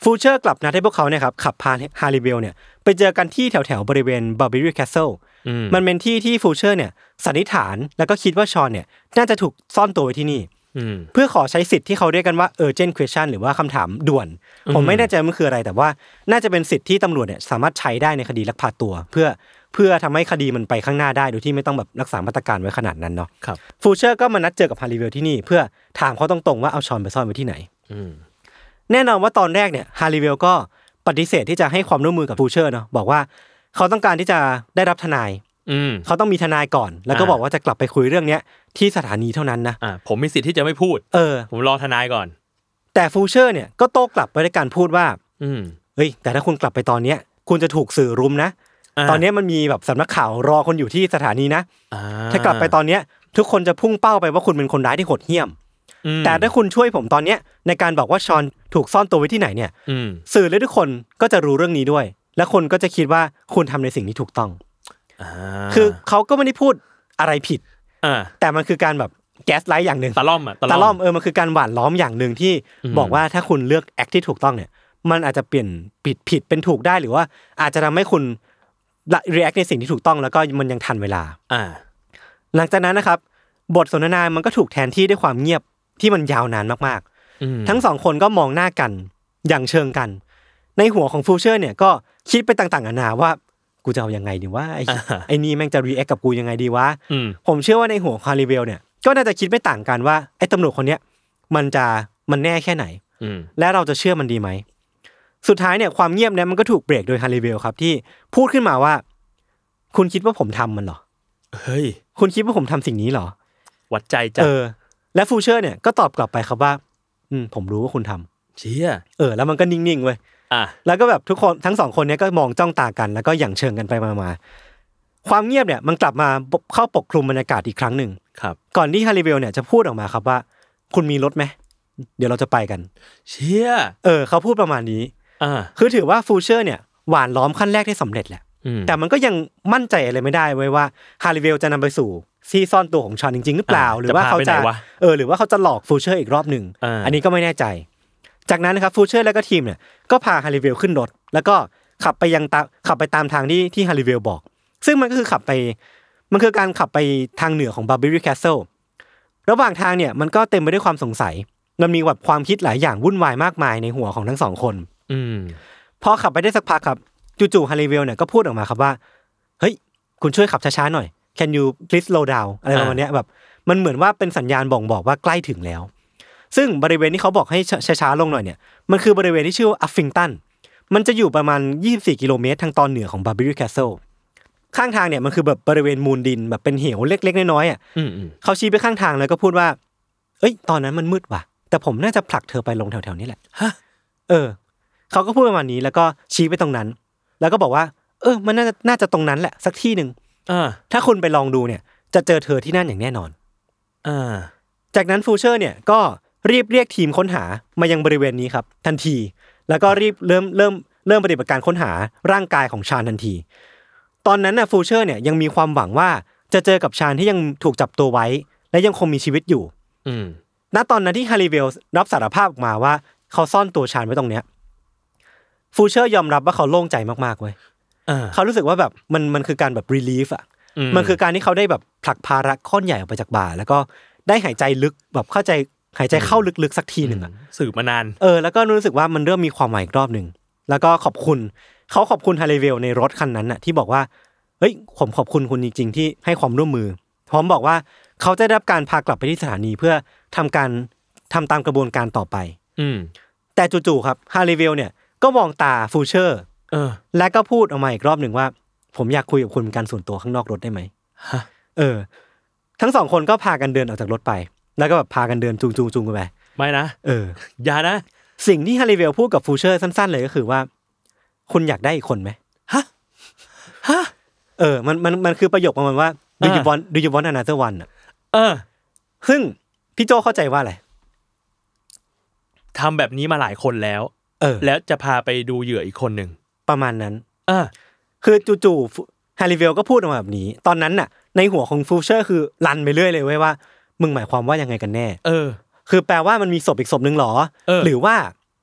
ฟูเชอร์กลับนัดให้พวกเขาเนี่ยครับขับพาฮาริเวลเนี่ยไปเจอกันที่แถวๆบริเวณบาร์เบรีแคสเซิลมันเป็นที่ที่ฟูเชอร์เนี่ยสันนิษฐานแล้วก็คิดว่าชอนเนี่ยน่าจะถูกซ่อนตัวไว้ที่นี่เพื่อขอใช้สิทธิ์ที่เขาเรียกกันว่า urgent question หรือว่าคำถามด่วนผมไม่แน่ใจมันคืออะไรแต่ว่าน่าจะเป็นสิทธิ์ที่ตำรวจเนี่ยสามารถใช้ได้ในคดีลักพาตัวเพื่อเพื่อทำให้คดีมันไปข้างหน้าได้โดยที่ไม่ต้องแบบรักษามาตรการไว้ขนาดนั้นเนาะฟูเชอร์ก็มานัดเจอกับฮาริเวลที่นี่เพื่อถามเขาตรงๆว่าเอาชอนไปซ่อนไว้ที่ไหนแน่นอนว่าตอนแรกเนี่ยฮาริเวลก็ปฏิเสธที่จะให้ความร่วมมือกับฟูเชอร์เนาะบอกว่าเขาต้องการที่จะได้รับทนายเขาต้องมีทนายก่อนแล้วก็บอกว่าจะกลับไปคุยเรื่องนี้ที่สถานีเท่านั้นนะผมมีสิทธิ์ที่จะไม่พูดเออผมรอทนายก่อนแต่ฟูเชอร์เนี่ยก็โต้กลับไปด้วยการพูดว่าเฮ้ยแต่ถ้าคุณกลับไปตอนเนี้ยคุณจะถูกสื่อรุมนะตอนนี้มันมีแบบสำนักข่าวรอคนอยู่ที่สถานีนะถ้ากลับไปตอนเนี้ยทุกคนจะพุ่งเป้าไปว่าคุณเป็นคนร้ายที่โหดเหี้ยมแต่ถ้าคุณช่วยผมตอนเนี้ยในการบอกว่าชอนถูกซ่อนตัวไว้ที่ไหนเนี่ยสื่อและทุกคนก็จะรู้เรื่องนี้ด้วยและคนก็จะคิดว่าคุณทำในสิ่งที่ถูกต้องคือเขาก็ไม่ได้พูดอะไรผิดแต่มันคือการแบบแก๊สไลท์อย่างนึงตะล่อมอ่ะตะล่อมเออมันคือการหว่านล้อมอย่างนึงที่บอกว่าถ้าคุณเลือกแอคที่ถูกต้องเนี่ยมันอาจจะเปลี่ยนผิดผิดเป็นถูกได้หรือว่าอาจจะทำให้คุณรีแอคในสิ่งที่ถูกต้องแล้วก็มันยังทันเวลาอ่าหลังจากนั้นนะครับบทสนทนามันก็ถูกแทนที่ด้วยความเงียบที่มันยาวนานมากๆทั้งสองคนก็มองหน้ากันอย่างเชิงกันในหัวของฟูเชอร์เนี่ยก็คิดไปต่างๆนานาว่ากูจะเอายังไงดีว่าไอ้ไอ้นี่แม่งจะรีแอคกับกูยังไงดีวะผมเชื่อว่าในหัวคาริเวลเนี่ยก็น่าจะคิดไม่ต่างกันว่าไอ้ตำรวจคนเนี้ยมันจะมันแน่แค่ไหนและเราจะเชื่อมันดีไหมสุดท้ายเนี่ยความเงียบเนี่ยมันก็ถูกเบรกโดยฮาริเวลครับที่พูดขึ้นมาว่าคุณคิดว่าผมทำมันเหรอเฮ้ยคุณคิดว่าผมทำสิ่งนี้เหรอวัดใจจ้ะเออและฟูเชอร์เนี่ยก็ตอบกลับไปครับว่าอืมผมรู้ว่าคุณทำเชี่ยเออแล้วมันก็นิ่งๆเว้ยอ่ะแล้วก็แบบทุกคนทั้งสองคนเนี้ยก็มองจ้องตากันแล้วก็หยั่งเชิงกันไปมาๆความเงียบเนี่ยมันกลับมาเข้าปกคลุมบรรยากาศอีกครั้งหนึ่งครับก่อนที่ฮาริเวลเนี่ยจะพูดออกมาครับว่าคุณมีรถไหมเดี๋ยวเราจะไปกันเชี่ยเออเขาพูดประมาณนี้อ่าคือถือว่าฟูเชอร์เนี่ยหว่านล้อมขั้นแรกได้สำเร็จแหละแต่มันก็ยังมั่นใจอะไรไม่ได้ไว้ว่าฮาริเวลจะนำไปสู่ที่ซ่อนตัวของชอนจริงๆหรือเปล่าหรือว่าเขาจะเออหรือว่าเขาจะหลอกฟูเชอร์อีกรอบนึง อ, อันนี้ก็ไม่แน่ใจจากนั้นนะครับฟูเชอร์และก็ทีมเนี่ยก็พาฮาริเวลขึ้นรถแล้วก็ขับไปยังตาขับไปตามทางที่ที่ฮาริเวลบอกซึ่งมันก็คือขับไปมันคือการขับไปทางเหนือของบาร์เบรีแคสเซิลระหว่างทางเนี่ยมันก็เต็มไปด้วยความสงสัยมันมีแบบความคิดหลายอย่างวุ่นวายมากมายในหัวของทั้งสองคนอืมพอขับไปได้สักพักครับจู่ๆฮาริเวลเนี่ยก็พูดออกมาครับว่าเฮ้ยคุณช่วยขับช้าๆหน่อย Can you please slow down อะไรประมาณนี้แบบมันเหมือนว่าเป็นสัญญาณบ่งบอกว่าใกล้ถึงแล้วซึ่งบริเวณที่เขาบอกให้ช้าๆลงหน่อยเนี่ยมันคือบริเวณที่ชื่อว่าอัฟฟิงตันมันจะอยู่ประมาณยี่สิบสี่กิโลเมตรทางตอนเหนือของบาร์เบรีแคสเซิลข้างทางเนี่ยมันคือแบบบริเวณมูลดินแบบเป็นเหวเล็กๆน้อยๆอ่ะเขาชี้ไปข้างทางแล้วก็พูดว่าเอ้ยตอนนั้นมันมืดว่ะแต่ผมน่าจะผลักเธอไปลงแถวๆนี้แหละฮะเออเขาก็พูดประมาณนี้แล้วก็ชี้ไปตรงนั้นแล้วก็บอกว่าเออมันน่าจะน่าจะตรงนั้นแหละสักที่นึงอ่าถ้าคุณไปลองดูเนี่ยจะเจอเธอที่นั่นอย่างแน่นอนอ่าจากนั้นฟูเชอร์เนี่ยก็รีบเรียกทีมค้นหามายังบริเวณนี้ครับทันทีแล้วก็รีบเริ่มเริ่มเริ่มปฏิบัติการค้นหาร่างกายของชาญทันทีตอนนั้นน่ะฟูเชอร์เนี่ยยังมีความหวังว่าจะเจอกับชาญที่ยังถูกจับตัวไว้และยังคงมีชีวิตอยู่อืมณตอนนั้นที่ฮาริเวลรับสารภาพออกมาว่าเขาซ่อนตัวชาญไว้ตรงเนี้ยฟูเชอร์ยอมรับว่าเขาโล่งใจมากๆเว้ยเขารู้สึกว่าแบบมันมันคือการแบบรีลีฟอ่ะมันคือการที่เขาได้แบบผลักภาระก้อนใหญ่ออกไปจากบ่าแล้วก็ได้หายใจลึกแบบเข้าใจหายใจเข้าลึกๆสักทีหนึ่งอ่ะสืบมานานเออแล้วก็รู้สึกว่ามันเริ่มมีความหมายอีกรอบนึงแล้วก็ขอบคุณเขาขอบคุณฮาริเวลในรถคันนั้นน่ะที่บอกว่าเฮ้ยผมขอบคุณคุณจริงๆที่ให้ความร่วมมือพร้อมบอกว่าเขาจะได้รับการพากลับไปที่สถานีเพื่อทำการทำตามกระบวนการต่อไปอืมแต่จู่ๆครับฮาริเวลเนี่ยก็มองตาฟูเชอร์เออและก็พูดออกมาอีกรอบนึงว่าผมอยากคุยกับคุณเป็นการส่วนตัวข้างนอกรถได้ไหมฮะเออทั้งสองคนก็พากันเดินออกจากรถไปแล้วก็แบบพากันเดินจูงๆๆกันไปไม่นะเอออย่านะสิ่งที่ฮาริเวลพูดกับฟูเชอร์สั้นๆเลยก็คือว่าคุณอยากได้อีกคนไหมฮะฮะเออมันมันมันคือประโยคประมาณว่า do you want do you want another one อ่ะเออซึ่งพี่โจเข้าใจว่าอะไรทำแบบนี้มาหลายคนแล้วเออแล้วจะพาไปดูเหยื่ออีกคนหนึ่งประมาณนั้นเออคือจู่ๆฮาริเวลก็พูดออกมาแบบนี้ตอนนั้นน่ะในหัวของฟูเชอร์คือรันไปเรื่อยเลยเว้ยว่ามึงหมายความว่ายังไงกันแน่เออคือแปลว่ามันมีศพอีกศพนึงหรอหรือว่า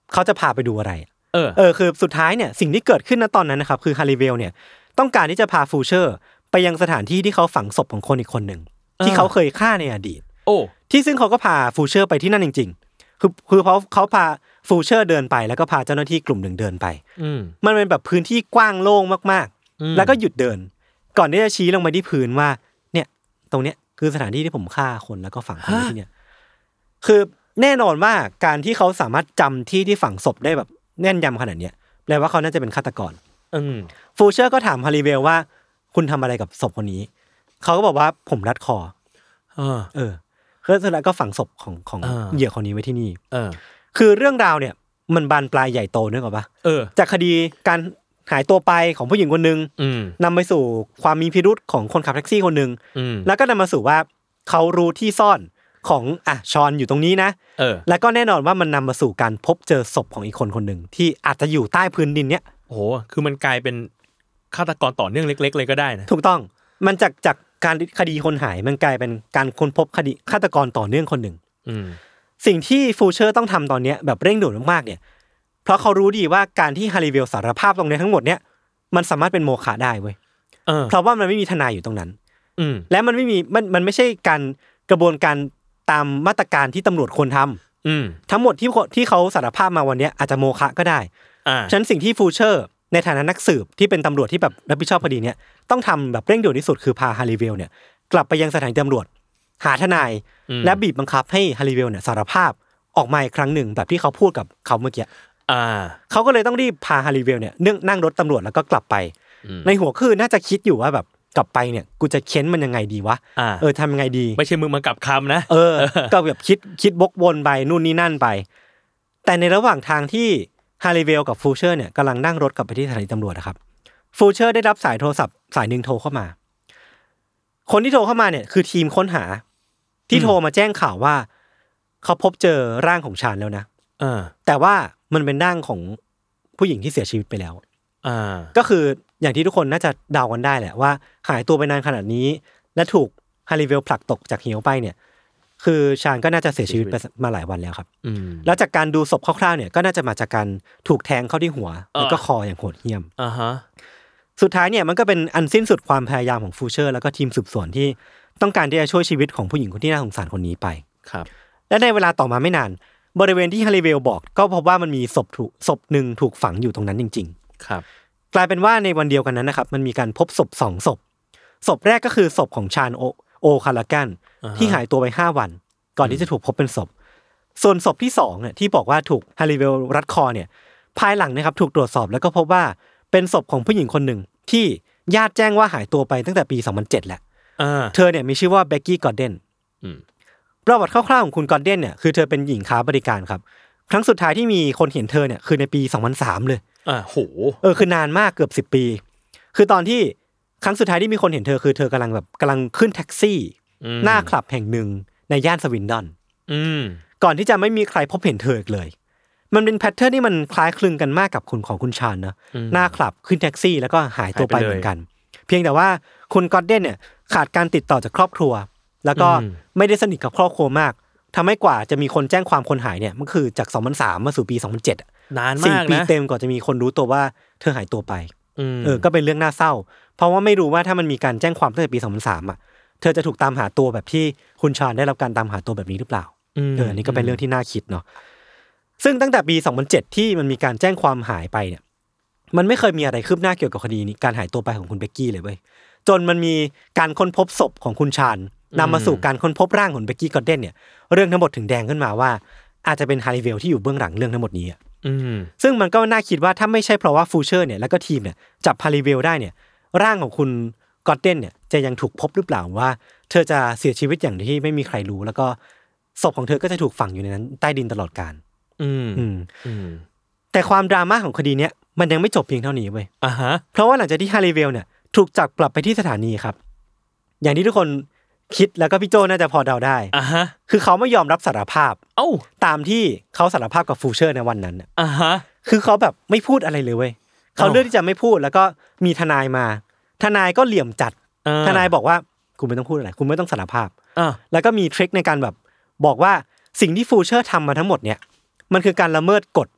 เขาจะพาไปดูอะไรเออเออคือสุดท้ายเนี่ยสิ่งที่เกิดขึ้นณตอนนั้นนะครับคือฮาริเวลเนี่ยต้องการที่จะพาฟูเชอร์ไปยังสถานที่ที่เขาฝังศพของคนอีกคนหนึ่งที่เขาเคยฆ่าในอดีตโอ้ที่ซึ่งเขาก็พาฟูเชอร์ไปที่นั่นจริงๆคือคือเขาเขาพาฟูเชอร์เดินไปแล้วก็พาเจ้าหน้าที่กลุ่มหนึ่งเดินไปมันเป็นแบบพื้นที่กว้างโล่งมากๆแล้วก็หยุดเดินก่อนที่จะชี้ลงไปที่พื้นว่าเนี่ยตรงเนี้ยคือสถานที่ที่ผมฆ่าคนแล้วก็ฝังคนที่เนี่ยคือแน่นอนว่าการที่เขาสามารถจำที่ที่ฝังศพได้แบบแน่นยำขนาดเนี้ยแปลว่าเขาน่าจะเป็นฆาตกรฟูเชอร์ก็ถามฮาริเวลว่าคุณทำอะไรกับศพคนนี้เขาก็บอกว่าผมรัดคอเออคือเสร็จแล้วก็ฝังศพของของเหยื่อคนนี้ไว้ที่นี่คือเรื่องราวเนี่ยมันบานปลายใหญ่โตนึกออกปะจากคดีการหายตัวไปของผู้หญิงคนนึงนำไปสู่ความมีพิรุธของคนขับแท็กซี่คนนึงแล้วก็นำมาสู่ว่าเขารู้ที่ซ่อนของอ่ะชอนอยู่ตรงนี้นะแล้วก็แน่นอนว่ามันนำมาสู่การพบเจอศพของอีกคนคนนึงที่อาจจะอยู่ใต้พื้นดินเนี้ยโอ้โหคือมันกลายเป็นฆาตกรต่อเนื่องเล็กๆเลยก็ได้นะถูกต้องมันจากจากการคดีคนหายมันกลายเป็นการค้นพบคดีฆาตกรต่อเนื่องคนหนึ่งสิ่งที่ฟูเชอร์ต้องทำตอนนี้แบบเร่งด่วนมากๆเนี่ยเพราะเขารู้ดีว่าการที่ฮาริเวลสารภาพตรงนี้ทั้งหมดเนี่ยมันสามารถเป็นโมฆะได้เว้ยเพราะว่ามันไม่มีทนายอยู่ตรงนั้นและมันไม่มีมันมันไม่ใช่การกระบวนการตามมาตรการที่ตำรวจควรทำทั้งหมดที่ที่เขาสารภาพมาวันนี้อาจจะโมฆะก็ได้ฉะนั้นสิ่งที่ฟูเชอร์ในฐานะนักสืบที่เป็นตำรวจที่แบบรับผิดชอบคดีเนี้ยต้องทำแบบเร่งด่วนที่สุดคือพาฮาริเวลเนี่ยกลับไปยังสถานีตำรวจหาทนายและบีบบังคับให้ฮาริเวลเนี่ยสารภาพออกมาอีกครั้งหนึ่งแบบที่เขาพูดกับเขาเมื่อกี้เขาก็เลยต้องรีบพาฮาริเวลเนี่ยนั่งรถตำรวจแล้วก็กลับไปในหัวคือน่าจะคิดอยู่ว่าแบบกลับไปเนี่ยกูจะเค้นมันยังไงดีวะเออทำยังไงดีไม่ใช่มึงมากลับคำนะเออก็แบบคิดคิดบกวนไปนู่นนี่นั่นไปแต่ในระหว่างทางที่ฮาริเวลกับฟูเชอร์เนี่ยกำลังนั่งรถกลับไปที่สถานีตำรวจนะครับฟูเชอร์ได้รับสายโทรศัพท์สายหนึ่งโทรเข้ามาคนที่โทรเข้ามาเนี่ยคือทีมค้นหาที่โทรมาแจ้งข่าวว่าเขาพบเจอร่างของชานแล้วนะแต่ว่ามันเป็นร่างของผู้หญิงที่เสียชีวิตไปแล้วก็คืออย่างที่ทุกคนน่าจะเดากันได้แหละว่าหายตัวไปนานขนาดนี้และถูกฮาริเวลผลักตกจากเหวไปเนี่ยคือชานก็น่าจะเสียชีวิตไปมาหลายวันแล้วครับแล้วจากการดูศพคร่าวๆเนี่ยก็น่าจะมาจากการถูกแทงเข้าที่หัวแล้วก็คออย่างโหดเหี้ยมสุดท้ายเนี่ยมันก็เป็นอันสิ้นสุดความพยายามของฟูเชอร์แล้วก็ทีมสืบสวนที่ต้องการที่จะช่วยชีวิตของผู้หญิงคนที่น่าสงสารคนนี้ไปครับและในเวลาต่อมาไม่นานบริเวณที่ฮาริเวลบอกก็พบว่ามันมีศพถูกศพหนึ่งถูกฝังอยู่ตรงนั้นจริงๆครับกลายเป็นว่าในวันเดียวกันนั้นนะครับมันมีการพบศพสองศพศพแรกก็คือศพของชานโอโอคารากันที่หายตัวไปห้าวันก่อนที่จะถูกพบเป็นศพส่วนศพที่สองเนี่ยที่บอกว่าถูกฮาริเวลรัดคอเนี่ยภายหลังนะครับถูกตรวจสอบแล้วก็พบว่าเป็นศพของผู้หญิงคนหนึ่งที่ญาติแจ้งว่าหายตัวไปตั้งแต่ปีสองพันเจ็ดแล้วเธอเนี่ยมีชื่อว่าเบกกี้กอร์เดนประวัติคร่าวๆของคุณกอร์เดนเนี่ยคือเธอเป็นหญิงค้าบริการครับครั้งสุดท้ายที่มีคนเห็นเธอเนี่ยคือในปีสองพันสามเลยอ่าโหเออคือนานมากเกือบสิบปีคือตอนที่ครั้งสุดท้ายที่มีคนเห็นเธอคือเธอกำลังแบบกำลังขึ้นแท็กซี่หน้าคลับแห่งหนึ่งในย่านสวินดอนก่อนที่จะไม่มีใครพบเห็นเธออีกเลยมันเป็นแพทเทิร์นที่มันคล้ายคลึงกันมากกับคุณของคุณชานนะหน้าคลับขึ้นแท็กซี่แล้วก็หายตัวไปเหมือนกันเพียงแต่ว่าคุณกอร์เดนเนี่ยขาดการติดต่อจากครอบครัวแล้วก็ไม่ได้สนิทกับครอบครัวมากทำให้กว่าจะมีคนแจ้งความคนหายเนี่ยมันคือจากสองพันสามมาสู่ปีสองพันเจ็ดนานมากนะสี่ปีเต็มกว่าจะมีคนรู้ตัวว่าเธอหายตัวไปเออก็เป็นเรื่องน่าเศร้าเพราะว่าไม่รู้ว่าถ้ามันมีการแจ้งความตั้งแต่ปีสองพันสามอ่ะเธอจะถูกตามหาตัวแบบที่คุณชานได้รับการตามหาตัวแบบนี้หรือเปล่าเอออันนี้ก็เป็นเรื่องที่น่าคิดเนาะซึ่งตั้งแต่ปีสองพันเจ็ดที่มันมีการแจ้งความหายไปเนี่ยมันไม่เคยมีอะไรคืบหน้าเกี่ยวกับคดีนี้การหายตัวไปของคุณเบกกี้เลยเว้ยจนมันมีการค้นพบศพของคุณชานนำมาสู่การค้นพบร่างของเบกกี้กอร์เดนเนี่ยเรื่องทั้งหมดถึงแดงขึ้นมาว่าอาจจะเป็นฮาริเวลที่อยู่เบื้องหลังเรื่องทั้งหมดนี้อ่ะซึ่งมันก็น่าคิดว่าถ้าไม่ใช่เพราะว่าฟูเชอร์เนี่ยแล้วก็ทีมเนี่ยจับฮาริเวลได้เนี่ยร่างของคุณกอร์เดนเนี่ยจะยังถูกพบหรือเปล่าว่าเธอจะเสียชีวิตอย่างที่ไม่มีใครรู้แล้วก็ศพของเธอก็จะถูกฝังอยู่ในนั้นใต้ดินตลอดกาลอืมอืมแต่ความดราม่าของคดีเนี้ยมันยังไม่จบเพียงเท่านี้เว้ยอ่าฮะเพราะว่าหลังจากที่ฮาริเวลเนี่ยถูกจับกลับไปที่สถานีครับอย่างที่ทุกคนคิดแล้วก็พี่โจน่าจะพอเดาได้อ่าฮะคือเขาไม่ยอมรับสารภาพเอ้าตามที่เขาสารภาพกับฟูเชอร์ในวันนั้นอ่าฮะคือเขาแบบไม่พูดอะไรเลยเว้ยเขาเลือกที่จะไม่พูดแล้วก็มีทนายมาทนายก็เหลี่ยมจัดทนายบอกว่าคุณไม่ต้องพูดอะไรคุณไม่ต้องสารภาพแล้วก็มีทริคในการแบบบอกว่าสิ่งที่ฟูเชอร์ทำมาทั้งหมดเนี่ยมันคือการละเมิดกฎ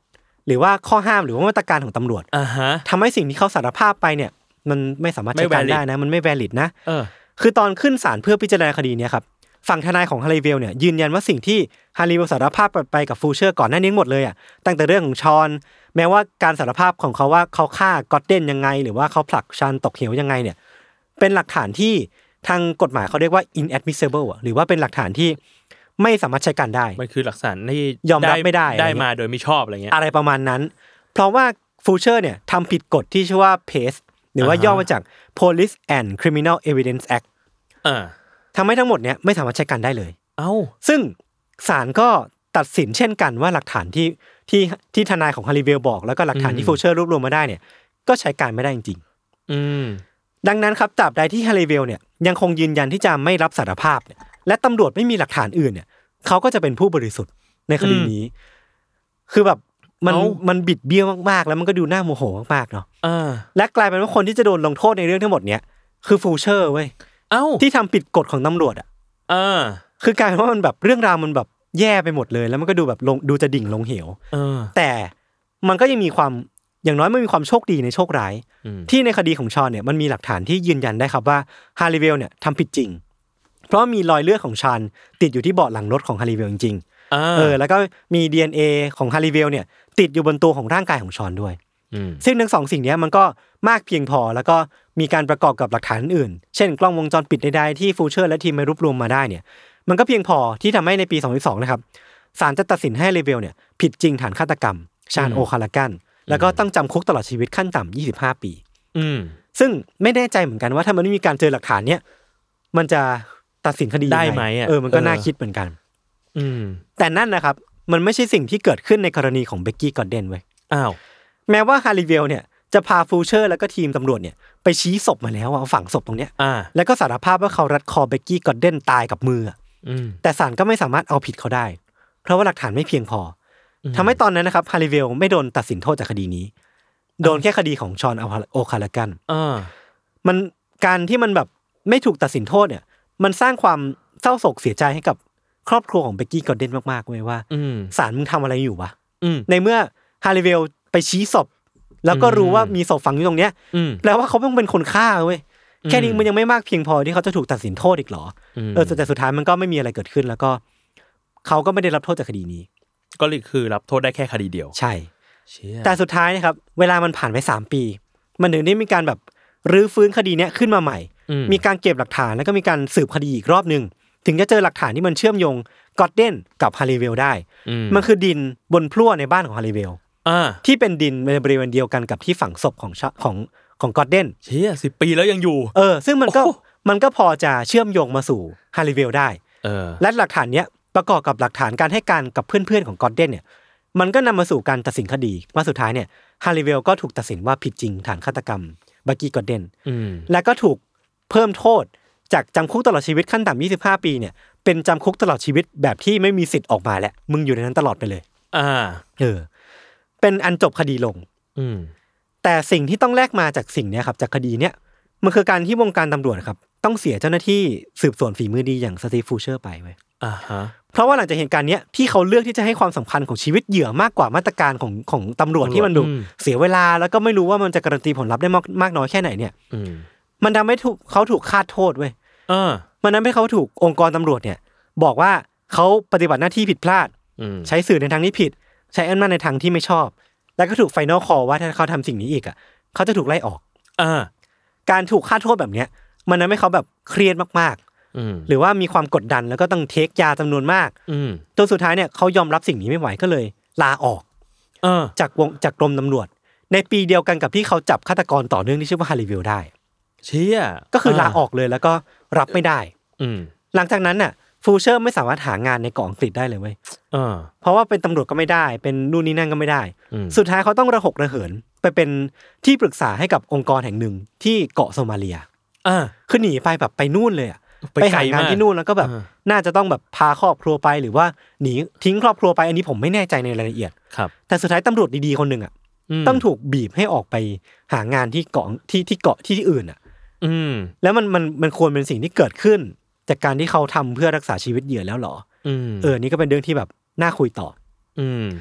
หรือว่าข้อห้ามหรือว่ามาตรการของตำรวจอ่าฮะทำให้สิ่งที่เขาสารภาพไปเนี่ยมันไม่สามารถใช้การได้นะมันไม่ valid นะเออคือตอนขึ้นศาลเพื่อพิจารณาคดีเนี้ยครับฝั่งทนายของฮาริเวลเนี่ยยืนยันว่าสิ่งที่ฮาริเวลสารภาพไปกับฟูเชอร์ก่อนหน้านี้หมดเลยอ่ะตั้งแต่เรื่องของชอนแม้ว่าการสารภาพของเขาว่าเขาฆ่ากอดเดนยังไงหรือว่าเขาผลักชอนตกเหวยังไงเนี่ยเป็นหลักฐานที่ทางกฎหมายเขาเรียกว่า inadmissible อ่ะหรือว่าเป็นหลักฐานที่ไม่สามารถใช้การได้มันคือหลักฐานที่ยอมรับไม่ได้ได้มาโดยไม่ชอบอะไรเงี้ยอะไรประมาณนั้นเพราะว่าฟูเชอร์เนี่ยทำผิดกฎที่ชื่อว่า พี เอ เอ หรือว่าย่อมาจาก Police and Criminal Evidence Act อ่าทำให้ทั้งหมดเนี้ยไม่สามารถใช้การได้เลยเอ้าซึ่งศาลก็ตัดสินเช่นกันว่าหลักฐานที่ที่ที่ทนายของฮาริเวลบอกแล้วก็หลักฐานที่ฟูเชอร์รวบรวมมาได้เนี่ยก็ใช้การไม่ได้จริงๆอืมดังนั้นครับตราบใดที่ฮาริเวลเนี่ยยังคงยืนยันที่จะไม่รับสารภาพเนี่ยและตำรวจไม่มีหลักฐานอื่นเนี่ยเขาก็จะเป็นผู้บริสุทธิ์ในคดีนี้คือแบบมันมันบิดเบี้ยวมากๆแล้วมันก็ดูน่าโมโหมากๆเนาะและกลายเป็นว่าคนที่จะโดนลงโทษในเรื่องทั้งหมดเนี้ยคือฟูเชอร์เว้ยเอ้าที่ทำผิดกฎของตำรวจอ่ะเออคือกลายเป็นว่ามันแบบเรื่องราวมันแบบแย่ไปหมดเลยแล้วมันก็ดูแบบลงดูจะดิ่งลงเหวแต่มันก็ยังมีความอย่างน้อยมันมีความโชคดีในโชคร้ายที่ในคดีของชอนเนี่ยมันมีหลักฐานที่ยืนยันได้ครับว่าฮาริเวลเนี่ยทำผิดจริงเพราะมีรอยเลือดของชอนติดอยู่ที่เบาะหลังรถของฮาริเวลจริงๆเออแล้วก็มี ดี เอ็น เอ ของฮาริเวลเนี่ยติดอยู่บนตัวของร่างกายของชอนด้วยซึ่งทั้งสองสิ่งนี้มันก็มากเพียงพอแล้วก็มีการประกอบกับหลักฐานอื่นเช่นกล้องวงจรปิดใดๆที่ฟูเชอร์และทีมรวบรวมมาได้เนี่ยมันก็เพียงพอที่ทำให้ในปีสองพันสิบสองนะครับศาลจะตัดสินให้เลเวลเนี่ยผิดจริงฐานฆาตกรรมชาญโอคาลากันแล้วก็ต้องจำคุกตลอดชีวิตขั้นต่ำยี่สิบห้าปีซึ่งไม่แน่ใจเหมือนกันว่าถ้ามันไม่มีการเจอหลักฐานเนี่ยมันจะตัดสินคดีได้ไหมเออมันก็น่าคิดเหมือนกันแต่นั่นนะครับมันไม่ใช่สิ่งที่เกิดขึ้นในกรณีของเบกกี้กอร์เดนเว้ยอ้าวแม้ว่าฮาริเวลเนี่ยจะพาฟูเชอร์แล้วก็ทีมตำรวจเนี่ยไปชี้ศพมาแล้วเอาฝังศพตรงเนี้ยแล้วก็สารภาพว่าเขารัดคอเบกกี้กอร์เดนตายกับมือแต่ศาลก็ไม่สามารถเอาผิดเขาได้เพราะว่าหลักฐานไม่เพียงพอทำให้ตอนนั้นนะครับฮาริเวลไม่โดนตัดสินโทษจากคดีนี้โดนแค่คดีของชอนโอคาลากันมันการที่มันแบบไม่ถูกตัดสินโทษเนี่ยมันสร้างความเศร้าโศกเสียใจให้กับครอบครัวของเบกกี้กอร์เดนมากๆเว้ยว่าศาลมึงทำอะไรอยู่วะในเมื่อฮาริเวลไปชี้ศพแล้วก็รู้ว่ามีศพฝังอยู่ตรงเนี้ยแปลว่าเขาต้องเป็นคนฆ่าเว้ยแค่นี้มันยังไม่มากเพียงพอที่เขาจะถูกตัดสินโทษอีกหรอเออแต่สุดท้ายมันก็ไม่มีอะไรเกิดขึ้นแล้วก็เขาก็ไม่ได้รับโทษจากคดีนี้ก็คือรับโทษได้แค่คดีเดียวใช่แต่สุดท้ายนะครับเวลามันผ่านไปสามปีมันถึงได้มีการแบบรื้อฟื้นคดีเนี้ยขึ้นมาใหม่มีการเก็บหลักฐานแล้วก็มีการสืบคดีอีกรอบนึงถึงจะเจอหลักฐานที่มันเชื่อมโยงกอร์เดนกับฮาริเวลได้มันคือดินบนพลั่วในบ้านของฮาริเวลที่เป็นดินในบริเวณเดียวกันกับที่ฝังศพของของของกอร์เดนเชี่ยสิบปีแล้วยังอยู่เออซึ่งมันก็มันก็พอจะเชื่อมโยงมาสู่ฮาริเวลได้เออและหลักฐานเนี้ยประกอบกับหลักฐานการให้การกับเพื่อนๆของกอร์เดนเนี่ยมันก็นำมาสู่การตัดสินคดีว่าสุดท้ายเนี่ยฮาริเวลก็ถูกตัดสินว่าผิดจริงฐานฆาตกรรมเบกกี้กอร์เดนและก็ถูกเพิ่มโทษจากจำคุกตลอดชีวิตขั้นต่ำยี่สิบห้าปีเนี่ยเป็นจำคุกตลอดชีวิตแบบที่ไม่มีสิทธิ์ออกมาแล้วมึงอยู่ในนั้นตลอดไปเลยอ่าเออเป็นอันจบคดีลงแต่สิ่งที่ต้องแลกมาจากสิ่งนี้ครับจากคดีเนี้ยมันคือการที่วงการตำรวจครับต้องเสียเจ้าหน้าที่สืบสวนฝีมือดีอย่างสตีฟฟูเชอร์ไปเว้ยอ่าฮะเพราะว่าหลังจากเหตุการณ์เนี้ยที่เขาเลือกที่จะให้ความสำคัญของชีวิตเหยื่อมากกว่ามาตรการของของตำรวจที่มันดูเสียเวลาแล้วก็ไม่รู้ว่ามันจะการันตีผลลัพธ์ได้มากมากน้อยแค่ไหนเนี่ยมันทำให้ถูกเขาถูกคาดโทษเว้ยมันทำให้เขาถูกองค์กรตำรวจเนี่ยบอกว่าเขาปฏิบัติหน้าที่ผิดพลาดใช้สื่อในทางที่ผิดใช้อำนาจในทางที่ไม่ชอบแล้วก็ถูกไฟนอลคอลว่าถ้าเขาทำสิ่งนี้อีกอ่ะเขาจะถูกไล่ออกอ่าการถูกคาดโทษแบบเนี้ยมันทำให้เขาแบบเครียดมากๆหรือว่ามีความกดดันแล้วก็ต้องเทคยาจำนวนมากจนสุดท้ายเนี่ยเขายอมรับสิ่งนี้ไม่ไหวก็เลยลาออกจากวงจากกรมตำรวจในปีเดียวกันกับที่เขาจับฆาตกรต่อเนื่องที่ชื่อว่าฮาริเวลได้เชี่ยก็คือลาออกเลยแล้วก็รับไม่ได้หลังจากนั้นน่ะฟูเชอร์ไม่สามารถหางานในเกาะอังกฤษได้เลยเว้ยเพราะว่าเป็นตำรวจก็ไม่ได้เป็นนู่นนี่นั่นก็ไม่ได้สุดท้ายเขาต้องระหกระเหินไปเป็นที่ปรึกษาให้กับองค์กรแห่งหนึ่งที่เกาะโซมาเลียคือหนีไปแบบไปนู่นเลยอ่ะไปหางานที่นู่นแล้วก็แบบน่าจะต้องแบบพาครอบครัวไปหรือว่าหนีทิ้งครอบครัวไปอันนี้ผมไม่แน่ใจในรายละเอียดแต่สุดท้ายตำรวจดีๆคนหนึ่งอ่ะต้องถูกบีบให้ออกไปหางานที่เกาะที่ที่เกาะที่ที่อื่นอ่ะแล้วมันมันมันควรเป็นสิ่งที่เกิดขึ้นจากการที่เขาทำเพื่อรักษาชีวิตเหยื่อแล้วหรอเออนี่ก็เป็นเรื่องที่แบบน่าคุยต่อ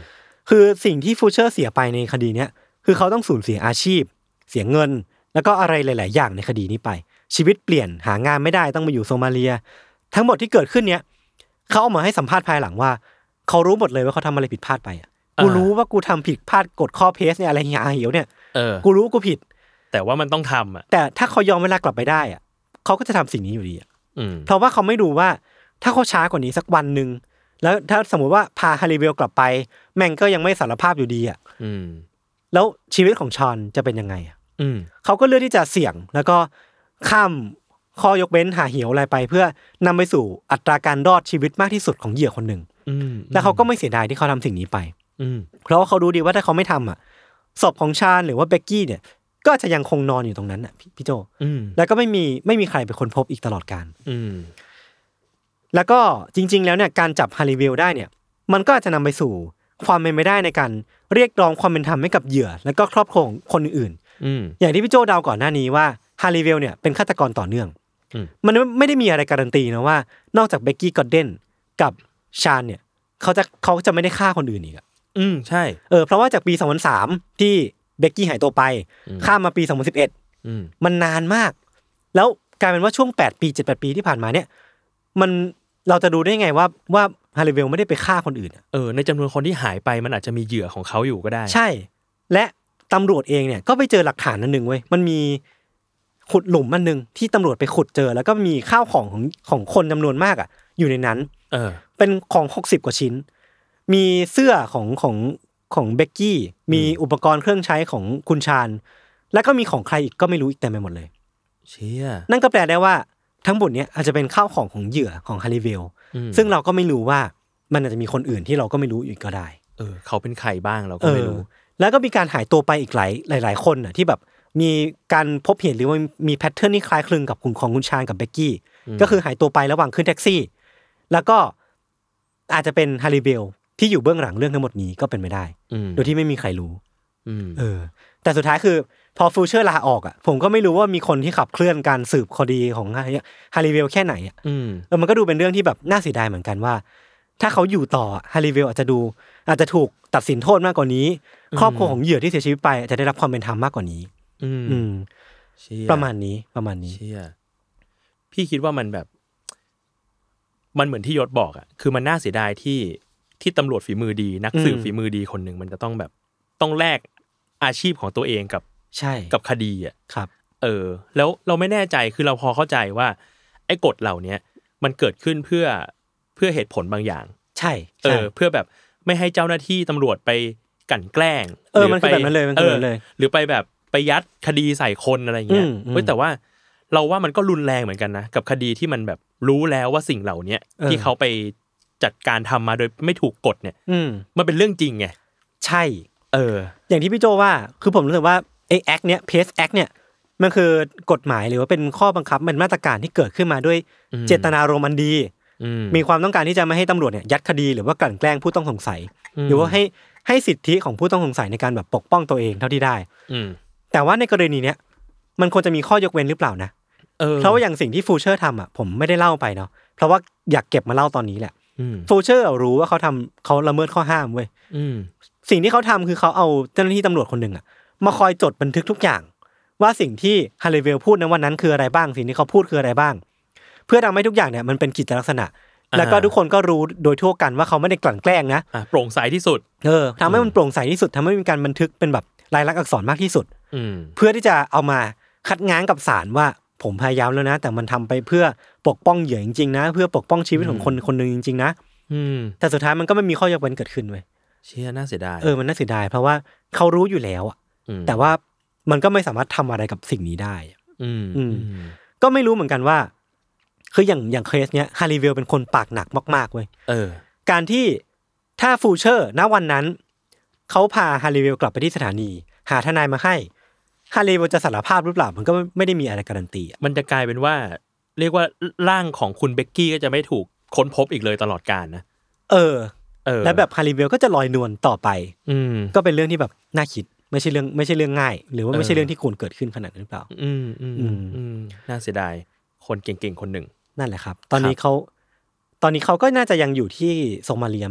คือสิ่งที่ฟูเชอร์เสียไปในคดีเนี้ยคือเขาต้องสูญเสียอาชีพเสียเงินแล้วก็อะไรหลายๆอย่างในคดีนี้ไปชีวิตเปลี่ยนหางานไม่ได้ต้องมาอยู่โซมาเลียทั้งหมดที่เกิดขึ้นเนี้ยเขาเอามาให้สัมภาษณ์ภายหลังว่าเขารู้หมดเลยว่าเขาทำอะไรผิดพลาดไปอ่ะกูรู้ว่ากูทำผิดพลาดกดข้อเพสเนี่ยอะไรเงี้ยเหี่ยวเนี่ยกูรู้กูผิดแต่ว่ามันต้องทำอ่ะแต่ถ้าเขายอมเวลากลับไปได้อ่ะเขาก็จะทำสิ่งนี้อยู่ดีอ่ะเพราะว่าเขาไม่ดูว่าถ้าเขาช้ากว่านี้สักวันนึงแล้วถ้าสมมุติว่าพาฮาริเวลกลับไปแม่งก็ยังไม่สารภาพอยู่ดีอ่ะแล้วชีวิตของชอนจะเป็นยังไงอ่ะเขาก็เลือกที่จะเสี่ยงแล้วก็ข้ามข้อยกเว้นหาเหวอะไรไปเพื่อนำไปสู่อัตราการรอดชีวิตมากที่สุดของเหยื่อคนหนึ่งแล้วเขาก็ไม่เสียดายที่เขาทำสิ่งนี้ไปเพราะว่าเขารู้ดีว่าถ้าเขาไม่ทำอ่ะศพของชาญหรือว่าเบกกี้เนี่ยก็จะยังคงนอนอยู่ตรงนั้นอ่ะพี่โจแล้วก็ไม่มีไม่มีใครเป็นคนพบอีกตลอดกาลแล้วก็จริงๆแล้วเนี่ยการจับฮาริเวลได้เนี่ยมันก็จะนำไปสู่ความเป็นไปได้ในการเรียกร้องความเป็นธรรมให้กับเหยื่อแล้วก็ครอบครัวของคนอื่นๆอย่างที่พี่โจเดาก่อนหน้านี้ว่าฮาริเวลเนี่ยเป็นฆาตกรต่อเนื่องมันไม่ได้มีอะไรการันตีนะว่านอกจากเบกกี้กอดเดนกับชาญเนี่ยเขาจะเขาจะไม่ได้ฆ่าคนอื่นอีกอ่ะอืมใช่เออเพราะว่าจากปีสองพันสามที่เบกกี้หายตัวไปข้ามมาปีสองพันสิบเอ็ดอืมมันนานมากแล้วกลายเป็นว่าช่วงแปดปี เจ็ด แปดปีที่ผ่านมาเนี่ยมันเราจะดูได้ไงว่าว่าฮาริเวลไม่ได้ไปฆ่าคนอื่นเออในจำนวนคนที่หายไปมันอาจจะมีเหยื่อของเขาอยู่ก็ได้ใช่และตำรวจเองเนี่ยก็ไปเจอหลักฐานอันนึงเว้ยมันมีขุดหลุมอันนึงที่ตำรวจไปขุดเจอแล้วก็มีข้าวของของของคนจำนวนมากอ่ะอยู่ในนั้นเออเป็นของหกสิบกว่าชิ้นมีเสื้อของของของเบกกี้มีอุปกรณ์เครื่องใช้ของคุณชาญแล้วก็มีของใครอีกก็ไม่รู้อีกเต็มไปหมดเลยเชี่ยนั่นก็แปลได้ว่าทั้งหมดเนี้ยอาจจะเป็นข้าวของของเหยื่อของฮาริเวลซึ่งเราก็ไม่รู้ว่ามันอาจจะมีคนอื่นที่เราก็ไม่รู้อีกก็ได้เออเขาเป็นใครบ้างเราก็ไม่รู้แล้วก็มีการหายตัวไปอีกหลายหลายๆคนน่ะที่แบบมีการพบเห็นหรือว่ามีแพทเทิร์นที่คล้ายคลึงกับคุณของคุณชาญกับเบกกี้ก็คือหายตัวไประหว่างขึ้นแท็กซี่แล้วก็อาจจะเป็นฮาริเวลที่อยู่เบื้องหลังเรื่องทั้งหมดนี้ก็เป็นไม่ได้โดยที่ไม่มีใครรู้เออแต่สุดท้ายคือพอฟูเชอร์ลาออกอ่ะผมก็ไม่รู้ว่ามีคนที่ขับเคลื่อนการสืบคดีของฮาริเวลแค่ไหนอ่ะเออมันก็ดูเป็นเรื่องที่แบบน่าเสียดายเหมือนกันว่าถ้าเขาอยู่ต่อฮาริเวลอาจจะดูอาจจะถูกตัดสินโทษมากกว่านี้ครอบครัวของเหยื่อที่เสียชีวิตไปอาจจะได้รับความเป็นธรรมมากกว่านี้อืมประมาณนี้ประมาณนี้พี่คิดว่ามันแบบมันเหมือนที่ยศบอกอ่ะคือมันน่าเสียดายที่ที่ตำรวจฝีมือดีนักสืบฝีมือดีคนหนึ่งมันจะต้องแบบต้องแลกอาชีพของตัวเองกับใช่กับคดีอ่ะครับเออแล้วเราไม่แน่ใจคือเราพอเข้าใจว่าไอ้กฎเหล่านี้มันเกิดขึ้นเพื่อเพื่อเหตุผลบางอย่างใช่เออเพื่อแบบไม่ให้เจ้าหน้าที่ตำรวจไปกลั่นแกล้งเออมันคือแบบนั้นเลยมันคือแบบเลยหรือไปแบบไปยัดคดีใส่คนอะไรเงี้ยเฮ้ยแต่ว่าเราว่ามันก็รุนแรงเหมือนกันนะกับคดีที่มันแบบรู้แล้วว่าสิ่งเหล่านี้ที่เขาไปจัดการทำมาโดยไม่ถูกกฎเนี่ยมันเป็นเรื่องจริงไงใช่เอออย่างที่พี่โจว่าคือผมรู้สึกว่าไอ้แอคเนี้ยเพสแอคเนี่ยมันคือกฎหมายหรือว่าเป็นข้อบังคับเป็นมาตรการที่เกิดขึ้นมาด้วยเจตนารมณ์อันดีมีความต้องการที่จะไม่ให้ตำรวจเนี่ยยัดคดีหรือว่ากลั่นแกล้งผู้ต้องสงสัยหรือว่าให้ให้สิทธิของผู้ต้องสงสัยในการแบบปกป้องตัวเองเท่าที่ได้แต่ว่าในกรณีเนี้ยมันควรจะมีข้อยกเว้นหรือเปล่านะเพราะว่าอย่างสิ่งที่ฟูเชอร์ทำอ่ะผมไม่ได้เล่าไปเนาะเพราะว่าอยากเก็บมาเล่าตอนนี้แหละฟูเชอร์รู้ว่าเขาทำเขาละเมิดข้อห้ามเว้ยสิ่งที่เขาทำคือเขาเอาเจ้าหน้าที่ตำรวจคนหนึ่งอ่ะมาคอยจดบันทึกทุกอย่างว่าสิ่งที่ฮาริเวลพูดในวันนั้นคืออะไรบ้างสิ่งที่เขาพูดคืออะไรบ้างเพื่อทำให้ทุกอย่างเนี่ยมันเป็นกิจลักษณะแล้วก็ทุกคนก็รู้โดยทั่วกันว่าเขาไม่ได้กลั่นแกล้งนะโปร่งใสที่สุดเออทำให้มันโปร่งใสที่สุดทำให้มีการบันทึกเป็นแบบลายลักษณ์อักษรมากที่สุดเพื่อที่จะเอามาคัดง้างกับศาลว่าผมพยายามแล้วนะแต่มันทำไปเพื่อปกป้องเหยื่อจริงๆนะเพื่อปกป้องชีวิตของคนคนนึงจริงๆนะแต่สุดท้ายมันก็ไม่มีข้อยกเว้นเกิดขึ้นเว้ยเชี่ยน่าเสียดายเออมันน่าเสียดายเพราะว่าเขารู้อยู่แล้วอ่ะแต่ว่ามันก็ไม่สามารถทำอะไรกับสิ่งนี้ได้อืมอืมก็ไม่รู้เหมือนกันว่าคืออย่างอย่างเคสเนี้ยฮาริเวลเป็นคนปากหนักมากๆเว้ยเออการที่ถ้าฟูเชอร์ณวันนั้นเขาพาฮาริเวลกลับไปที่สถานีหาทนายมาให้ฮาริเวลจะสารภาพหรือเปล่ามันก็ไม่ได้มีอะไรการันตีอ่ะมันจะกลายเป็นว่าเรียกว่าร่างของคุณเบกกี้ก็จะไม่ถูกค้นพบอีกเลยตลอดกาลนะเออเออแล้วแบบฮาริเวลก็จะลอยนวลต่อไปอืมก็เป็นเรื่องที่แบบน่าคิดไม่ใช่เรื่องไม่ใช่เรื่องง่ายหรือว่าไม่ใช่เรื่องที่ควรเกิดขึ้นขนาดนั้นหรือเปล่าอืมอืมอืมน่าเสียดายคนเก่งๆคนหนึ่งนั่นแหละครับตอนนี้เขาตอนนี้เขาก็น่าจะยังอยู่ที่โซมาเลียมั้งไ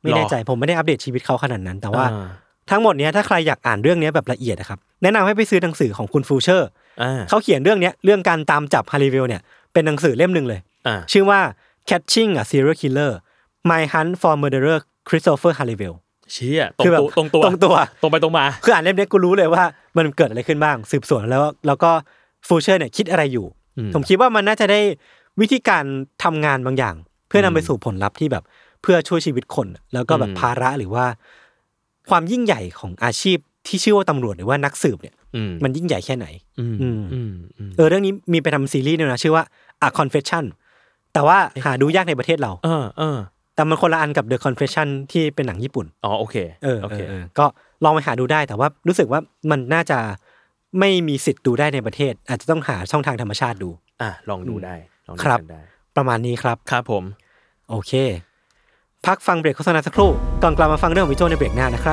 ไม่แน่ใจผมไม่ได้อัปเดตชีวิตเขาขนาดนั้นแต่ว่าอ่าทั้งหมดเนี้ยถ้าใครอยากอ่านเรื่องนี้แบบละเอียดนะครับแนะนำให้ไปซื้อหนังสือของคุณฟูเชอร์อ่าเขาเขียนเรื่องเนี้ยเรื่องการตามจับฮาริเวลเนี่ยเป็นหนังสือเล่มนึงเลยอ่าชื่อว่า Catching a Serial Killer My Hunt for Murderer Christopher Halliwell เชี่ยตรคืงอแบบตัวตรงตัวตรงตัวตรงไปตรงมาคืออ่านเล่มนี้กูรู้เลยว่ามันเกิดอะไรขึ้นบ้างสืบสวนแล้วแล้วก็ฟูเชอร์เนี่ยคิดอะไรอยู่อืมผมคิดว่ามันน่าจะได้วิธีการทำงานบางอย่าง เพื่อนำไปสู่ผลลัพธ์ที่แบบเพื่อช่วยชีวิตคน แล้วก็แบบภาระหรือว่า ความยิ่งใหญ่ของอาชีพที่ชื่อว่าตำรวจหรือว่านักสืบเนี่ยอืมมันยิ่งใหญ่แค่ไหนอืมอืมอืมอืมเออเรื่องนี้มีไปทำซีรีส์ด้วยนะชื่อว่า A Confession แต่ว่าหาดูยากในประเทศเราเออเออแต่มันคนละอันกับ The Confession ที่เป็นหนังญี่ปุ่นอ๋อโอเคเออโอเคเออก็ลองไปหาดูได้แต่ว่ารู้สึกว่ามันน่าจะไม่มีสิทธิ์ดูได้ในประเทศ อาจจะต้องหาช่องทางธรรมชาติดูอ่ะลองดูได้ลองดูครับกันได้ประมาณนี้ครับครับผมโอเค พักฟังเบรกโฆษณาสักครู่ก่อนกลับมาฟังเรื่องของพี่โจในเบรกหน้านะครับ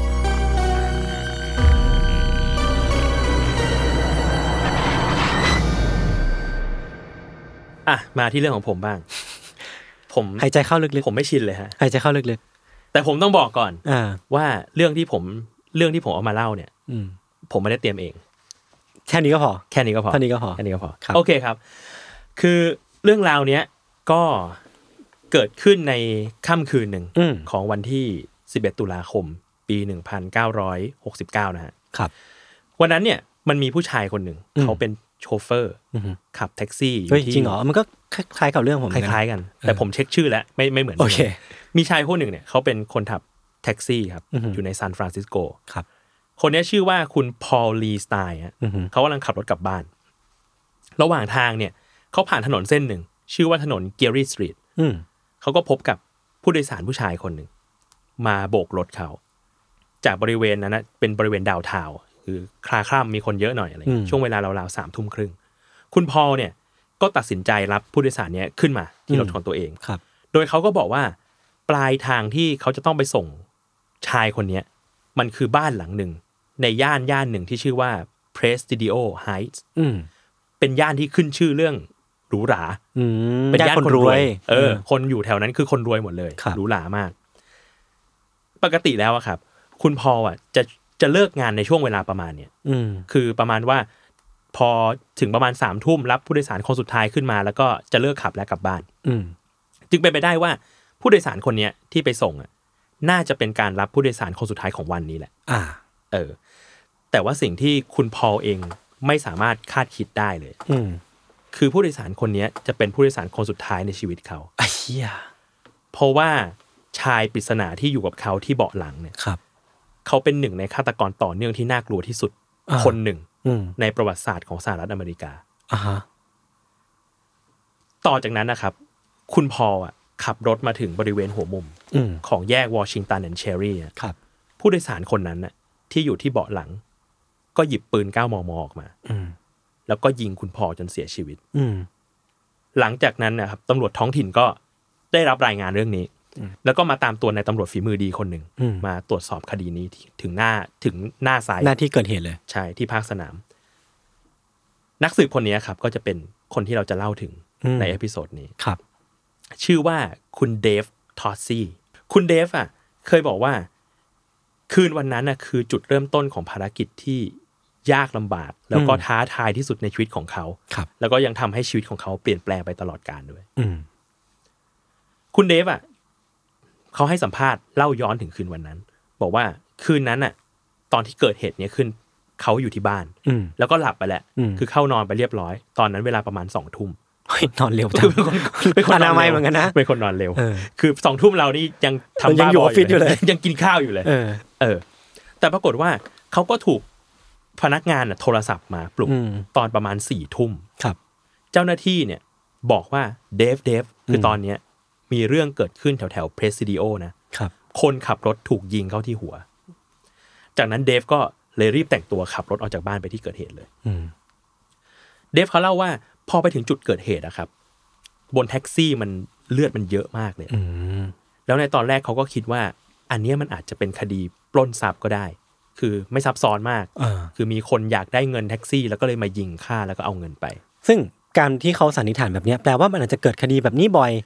อ่ะมาที่เรื่องของผมบ้าง ผมหายใจเข้าลึกผมไม่ชินเลยฮะๆหายใจเข้าลึกแต่ผมต้องบอกก่อนๆอ่าว่าเรื่องที่ผมเรื่องที่ผมเอามาเล่าเนี่ยอืมผมไม่ได้เตรียมเองแค่นี้ก็พอแค่นี้ก็พอเท่านี้ก็พอแค่นี้ก็พอครับโอเคครับ คือเรื่องราวเนี้ยก็เกิดขึ้นในค่ำคืนหนึ่งอืมของวันที่สิบเอ็ดตุลาคมปีหนึ่งพันเก้าร้อยหกสิบเก้านะฮะครับวันนั้นเนี่ยมันมีผู้ชายคนหนึ่งอืมเขาเป็นโชเฟอร์อือฮึขับแท็กซี่เฮ้ยที่จริงเหรอมันก็คล้ายๆกับเรื่องผมคล้ายๆกัน แต่ผมเช็คชื่อแล้วไม่ไม่เหมือนกันโอเคมีชายคนหนึ่งเนี่ยเขาเป็นคนขับแท็กซี่ครับอือฮึอยู่ในซานฟรานซิสโกครับคนนี้ชื่อว่าคุณพอลลีสไตน์ฮะอือฮึเขากำลังขับรถกลับบ้าน ระหว่างทางเนี่ยเขาผ่านถนนเส้นหนึ่ง ชื่อว่าถนนเกียรีสตรีทอืมเขาก็พบกับผู้โดยสารผู้ชายคนหนึ่งมาโบกรถเขา จากบริเวณนั้นนะเป็นบริเวณดาวน์ทาวน์คือคลาคล่ำมีคนเยอะหน่อยอะไรเงี้ยช่วงเวลาราวๆสามทุ่มครึ่งคุณพอลเนี่ยก็ตัดสินใจรับผู้โดยสารเนี้ยขึ้นมาที่รถของตัวเองครับโดยเขาก็บอกว่าปลายทางที่เขาจะต้องไปส่งชายคนเนี้ยมันคือบ้านหลังหนึ่งในย่านย่านหนึ่งที่ชื่อว่า Presidio Heights อืมเป็นย่านที่ขึ้นชื่อเรื่องหรูหราอืมเป็นย่านญาติคนรวย เออมคนอยู่แถวนั้นคือคนรวยหมดเลยครับหรูหรามาก ปกติแล้วอะครับ คุณพอลอ่ะจะจะเลิกงานในช่วงเวลาประมาณเนี้ยอืมคือประมาณว่า พอถึงประมาณสามทุ่มรับผู้โดยสารคนสุดท้ายขึ้นมา แล้วก็จะเลิกขับและกลับบ้านอืมจึงเป็นไปได้ว่าผู้โดยสารคนเนี้ยที่ไปส่งอ่ะน่าจะเป็นการรับผู้โดยสารคนสุดท้ายของวันนี้แหละอ่าเออ แต่ว่าสิ่งที่คุณพอลเองไม่สามารถคาดคิดได้เลยอืมคือผู้โดยสารคนนี้จะเป็นผู้โดยสารคนสุดท้ายในชีวิตเขาไอ้เหี้ยเพราะว่าชายปริศนาที่อยู่กับเขาที่เบาะหลังเนี่ยครับเขาเป็นหนึ่งในฆาตกรต่อเนื่องที่น่ากลัวที่สุดอ่าคนหนึ่งอืมในประวัติศาสตร์ของสหรัฐอเมริกาอ่าฮะต่อจากนั้นนะครับ คุณพอลอ่ะขับรถมาถึงบริเวณหัวมุมอืมของแยกวอชิงตันแอนด์เชอรี่ครับผู้โดยสารคนนั้นน่ะที่อยู่ที่เบาะหลัง ก็หยิบปืนเก้ามมออกมาอืมแล้วก็ยิงคุณพอลจนเสียชีวิตอืมหลังจากนั้นนะครับตำรวจท้องถิ่นก็ได้รับรายงานเรื่องนี้ แล้วก็มาตามตัวนายตำรวจฝีมือดีคนหนึ่งอืมมาตรวจสอบคดีนี้ถึงหน้าถึงหน้าไซต์หน้าที่เกิดเหตุเลยใช่ที่ภาคสนาม นักสืบคนนี้ครับ ก็จะเป็นคนที่เราจะเล่าถึงอืมในเอพิโซดนี้ครับชื่อว่าคุณเดฟทอสซี่คุณเดฟอ่ะ เคยบอกว่า คืนวันนั้นน่ะคือจุดเริ่มต้นของภารกิจที่ยากลำบาก แล้วก็อืมท้าทายที่สุดในชีวิตของเขาครับแล้วก็ยังทำให้ชีวิตของเขาเปลี่ยนแปลงไปตลอดกาลด้วยอืมคุณเดฟอ่ะเขาให้สัมภาษณ์เล่าย้อนถึงคืนวันนั้น บอกว่าคืนนั้นอ่ะ ตอนที่เกิดเหตุเนี้ยขึ้นเขาอยู่ที่บ้านอืมแล้วก็หลับไปแหละอืมคือเข้านอนไปเรียบร้อย ตอนนั้นเวลาประมาณสองทุ่มเฮ้ยนอนเร็วจังเป็นคนเป็นคนอนามัยเหมือนกันนะเป็นคนนอนเร็วเออคือสองทุ่มเรานี่ยังทำยังบ้าอยู่บออฟฟิศอยู่เลยยังกินข้าวอยู่เลยเออเออ แต่ปรากฏว่าเขาก็ถูกพนักงานน่ะโทรศัพท์มาปลุกอืมตอนประมาณสี่ทุ่มครับเจ้าหน้าที่เนี่ยบอกว่าเดฟเดฟคือตอนเนี้ยมีเรื่องเกิดขึ้นแถวแถวเพรสิดิโอนะครับ คนขับรถถูกยิงเข้าที่หัว จากนั้นเดฟก็เลยรีบแต่งตัวขับรถออกจากบ้านไปที่เกิดเหตุเลยอืมเดฟเขาเล่าว่าพอไปถึงจุดเกิดเหตุอะครับ บนแท็กซี่มันเลือดมันเยอะมากเลยอืมแล้วในตอนแรกเขาก็คิดว่า อันเนี้ยมันอาจจะเป็นคดีปล้นทรัพย์ก็ได้ คือไม่ซับซ้อนมากอ่าคือมีคนอยากได้เงินแท็กซี่ แล้วก็เลยมายิงฆ่าแล้วก็เอาเงินไปซึ่งการที่เขาสันนิษฐานแบบเนี้ยแปลว่ามันอาจจะเกิดคดีแบบนี้บ่อย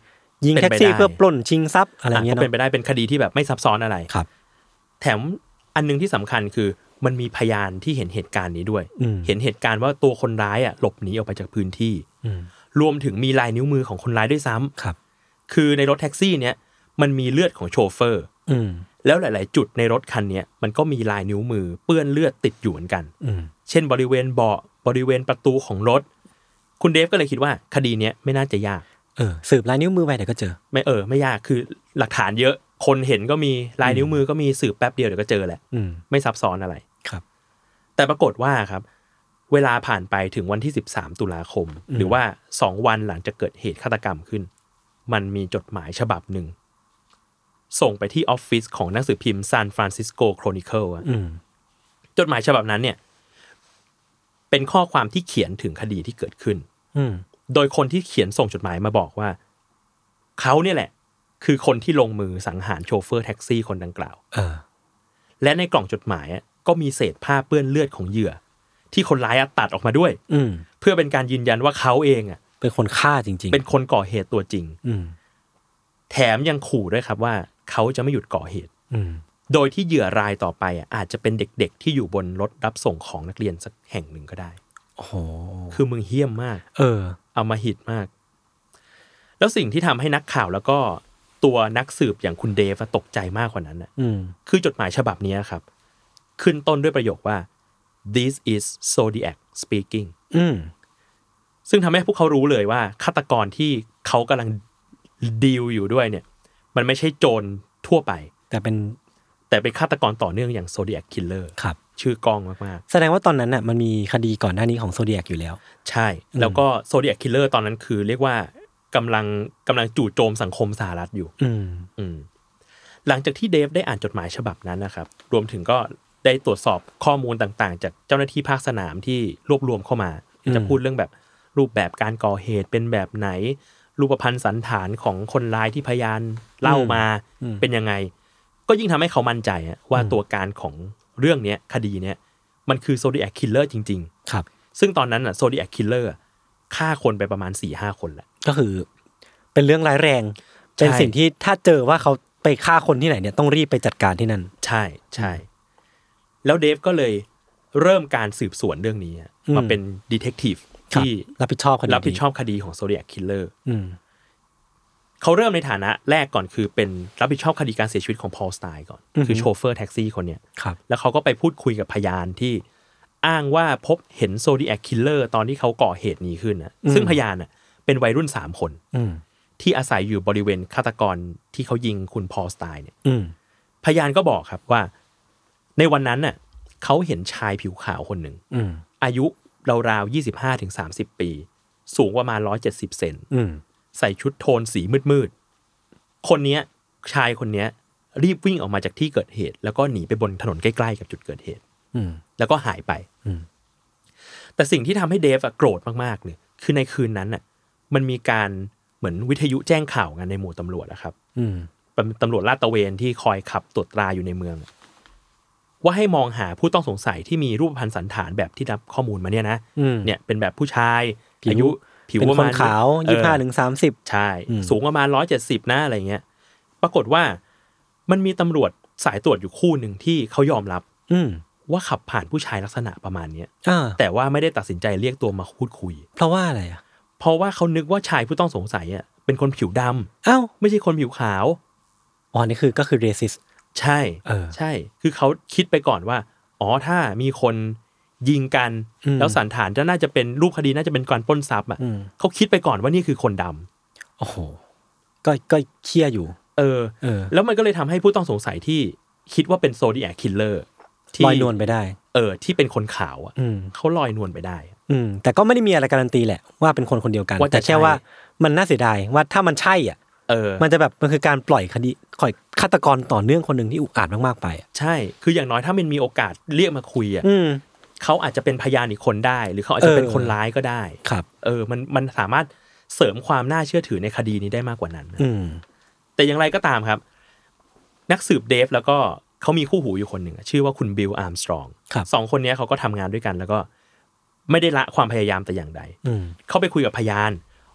ยิงแท็กซี่เพื่อปล้นชิงทรัพย์อะไรเงี้ยเนาะเป็นไปได้เป็นคดีที่แบบไม่ซับซ้อนอะไรครับแถมอันนึงที่สำคัญคือมันมีพยานที่เห็นเหตุการณ์นี้ด้วยเห็นเหตุการณ์ว่าตัวคนร้ายอ่ะหลบหนีออกไปจากพื้นที่รวมถึงมีลายนิ้วมือของคนร้ายด้วยซ้ำครับคือในรถแท็กซี่เนี้ยมันมีเลือดของโชเฟอร์แล้วหลายๆจุดในรถคันนี้มันก็มีลายนิ้วมือเปื้อนเลือดติดอยู่เหมือนกันเช่นบริเวณเบาะบริเวณประตูของรถคุณเดฟก็เลยคิดว่าคดีเนี้ยไม่น่าจะยากเออสืบลายนิ้วมือไปเดี๋ยวก็เจอไม่เออไม่ยากคือหลักฐานเยอะคนเห็นก็มีลายนิ้วมือก็มีสืบแป๊บเดียวเดี๋ยวก็เจอแหละไม่ซับซ้อนอะไรครับแต่ปรากฏว่าครับเวลาผ่านไปถึงวันที่สิบสามตุลาคมหรือว่าสองวันหลังจากเกิดเหตุฆาตกรรมขึ้นมันมีจดหมายฉบับหนึ่งส่งไปที่ออฟฟิศของหนังสือพิมพ์ San Francisco Chronicle อ่ะจดหมายฉบับนั้นเนี่ยเป็นข้อความที่เขียนถึงคดีที่เกิดขึ้นโดยคนที่เขียนส่งจดหมายมาบอกว่าเขาเนี่ยแหละคือคนที่ลงมือสังหารโชเฟอร์แท็กซี่คนดังกล่าวและในกล่องจดหมายก็มีเศษผ้าเปื้อนเลือดของเหยื่อที่คนร้ายตัดออกมาด้วยเพื่อเป็นการยืนยันว่าเขาเองอ่ะเป็นคนฆ่าจริงๆเป็นคนก่อเหตุตัวจริงแถมยังขู่ด้วยครับว่าเขาจะไม่หยุดก่อเหตุโดยที่เหยื่อรายต่อไปอ่ะอาจจะเป็นเด็กๆที่อยู่บนรถรับส่งของนักเรียนสักแห่งหนึ่งก็ได้โอ้โหคือมึงเหี้ยมมากเออเอามาหิดมากแล้วสิ่งที่ทำให้นักข่าวแล้วก็ตัวนักสืบอย่างคุณเดฟตกใจมากกว่านั้นอ่ะคือจดหมายฉบับนี้ครับขึ้นต้นด้วยประโยคว่า this is Zodiac speaking ซึ่งทำให้พวกเขารู้เลยว่าฆาตกรที่เขากำลังดีลอยู่ด้วยเนี่ยมันไม่ใช่โจรทั่วไปแต่เป็นแต่เป็นฆาตกรต่อเนื่องอย่าง Zodiac Killer ครับชื่อกล้องมากๆแสดงว่าตอนนั้นน่ะมันมีคดีก่อนหน้านี้ของ Zodiac อยู่แล้วใช่แล้วก็ Zodiac Killer ตอนนั้นคือเรียกว่ากำลังกำลังจู่โจมสังคมสหรัฐอยู่อืมอืมหลังจากที่เดฟได้อ่านจดหมายฉบับนั้นนะครับรวมถึงก็ได้ตรวจสอบข้อมูลต่างๆจากเจ้าหน้าที่ภาคสนามที่รวบรวมเข้ามาจะพูดเรื่องแบบรูปแบบการก่อเหตุเป็นแบบไหนรูปพรรณสันฐานของคนร้ายที่พยานเล่ามาเป็นยังไงก็ยิ่งทำให้เขามั่นใจว่าตัวการของเรื่องนี้คดีเนี้ยมันคือ Zodiac Killer จริงๆครับซึ่งตอนนั้นน่ะ Zodiac Killer ฆ่าคนไปประมาณ สี่ห้า คนแหละก็คือเป็นเรื่องร้ายแรงเป็นสิ่งที่ถ้าเจอว่าเขาไปฆ่าคนที่ไหนเนี่ยต้องรีบไปจัดการที่นั่นใช่ใช่แล้วเดฟก็เลยเริ่มการสืบสวนเรื่องนี้มาเป็นดีเทคทีฟที่รับผิดชอบคดีรับผิดชอบคดีของ Zodiac Killer เขาเริ่มในฐานะแรกก่อนคือเป็นรับผิดชอบคดีการเสียชีวิตของพอลสไตน์ก่อนคือโชเฟอร์แท็กซี่คนเนี้ยแล้วเขาก็ไปพูดคุยกับพยานที่อ้างว่าพบเห็น Zodiac Killer ตอนที่เขาก่อเหตุนี้ขึ้นนะซึ่งพยานน่ะเป็นวัยรุ่นสามคนที่อาศัยอยู่บริเวณฆาตกรที่เขายิงคุณพอลสไตน์เนี่ยพยานก็บอกครับว่าในวันนั้นน่ะเขาเห็นชายผิวขาวคนหนึ่งอายุราวๆ ยี่สิบห้าถึงสามสิบ ปีสูงประมาณหนึ่งร้อยเจ็ดสิบเซนใส่ชุดโทนสีมืดๆคนนี้ชายคนนี้รีบวิ่งออกมาจากที่เกิดเหตุแล้วก็หนีไปบนถนนใกล้ๆกับจุดเกิดเหตุแล้วก็หายไปแต่สิ่งที่ทำให้เดฟโกรธมากๆเลยคือในคืนนั้นน่ะมันมีการเหมือนวิทยุแจ้งข่าวกันในหมู่ตำรวจนะครับตำรวจลาดตระเวนที่คอยขับตรวจตราอยู่ในเมืองว่าให้มองหาผู้ต้องสงสัยที่มีรูปพรรณสันฐานแบบที่รับข้อมูลมาเนี่ยนะเนี่ยเป็นแบบผู้ชายอายุผิวประมาณขาวยี่สิบห้าถึงสามสิบใช่สูงประมาณหนึ่งร้อยเจ็ดสิบนะอะไรเงี้ยปรากฏว่ามันมีตำรวจสายตรวจอยู่คู่หนึ่งที่เขายอมรับว่าขับผ่านผู้ชายลักษณะประมาณนี้แต่ว่าไม่ได้ตัดสินใจเรียกตัวมาพูดคุยเพราะว่าอะไรอ่ะเพราะว่าเขานึกว่าชายผู้ต้องสงสัยอ่ะเป็นคนผิวดำอ้าวไม่ใช่คนผิวขาวอ๋อนี่คือก็คือเรซิสใช่ใช่คือเขาคิดไปก่อนว่าอ๋อถ้ามีคนยิงกันแล้วสันฐานจะน่าจะเป็นรูปคดีน่าจะเป็นการปล้นทรัพย์อ่ะเขาคิดไปก่อนว่านี่คือคนดำโอ้โหก็ก็เคี่ยอยู่เออเออแล้วมันก็เลยทำให้ผู้ต้องสงสัยที่คิดว่าเป็น Zodiac Killer ลอยนวลไปได้เออที่เป็นคนขาวอ่ะเขาลอยนวลไปได้อืมแต่ก็ไม่ได้มีอะไรการันตีแหละว่าเป็นคนคนเดียวกันแต่แค่ว่ามันน่าเสียดายว่าถ้ามันใช่อ่ะเออมันจะแบบมันคือการปล่อยคดีปล่อยฆาตกรต่อเนื่องคนนึงที่อุกอาจมากๆไปอ่ะใช่คืออย่างน้อยถ้ามันมีโอกาสเรียกมาคุยอ่ะเขาอาจจะเป็นพยานอีกคนได้หรือเขาอาจจะเป็นคนร้ายก็ได้ครับเออมันมันสามารถเสริมความน่าเชื่อถือในคดีนี้ได้มากกว่านั้นแต่อย่างไรก็ตามครับนักสืบเดฟแล้วก็เขามีคู่หูอยู่คนหนึ่งชื่อว่าคุณบิลอาร์มสตรองสองคนนี้เขาก็ทำงานด้วยกันแล้วก็ไม่ได้ละความพยายามแต่อย่างใดเขาไปคุยกับพยาน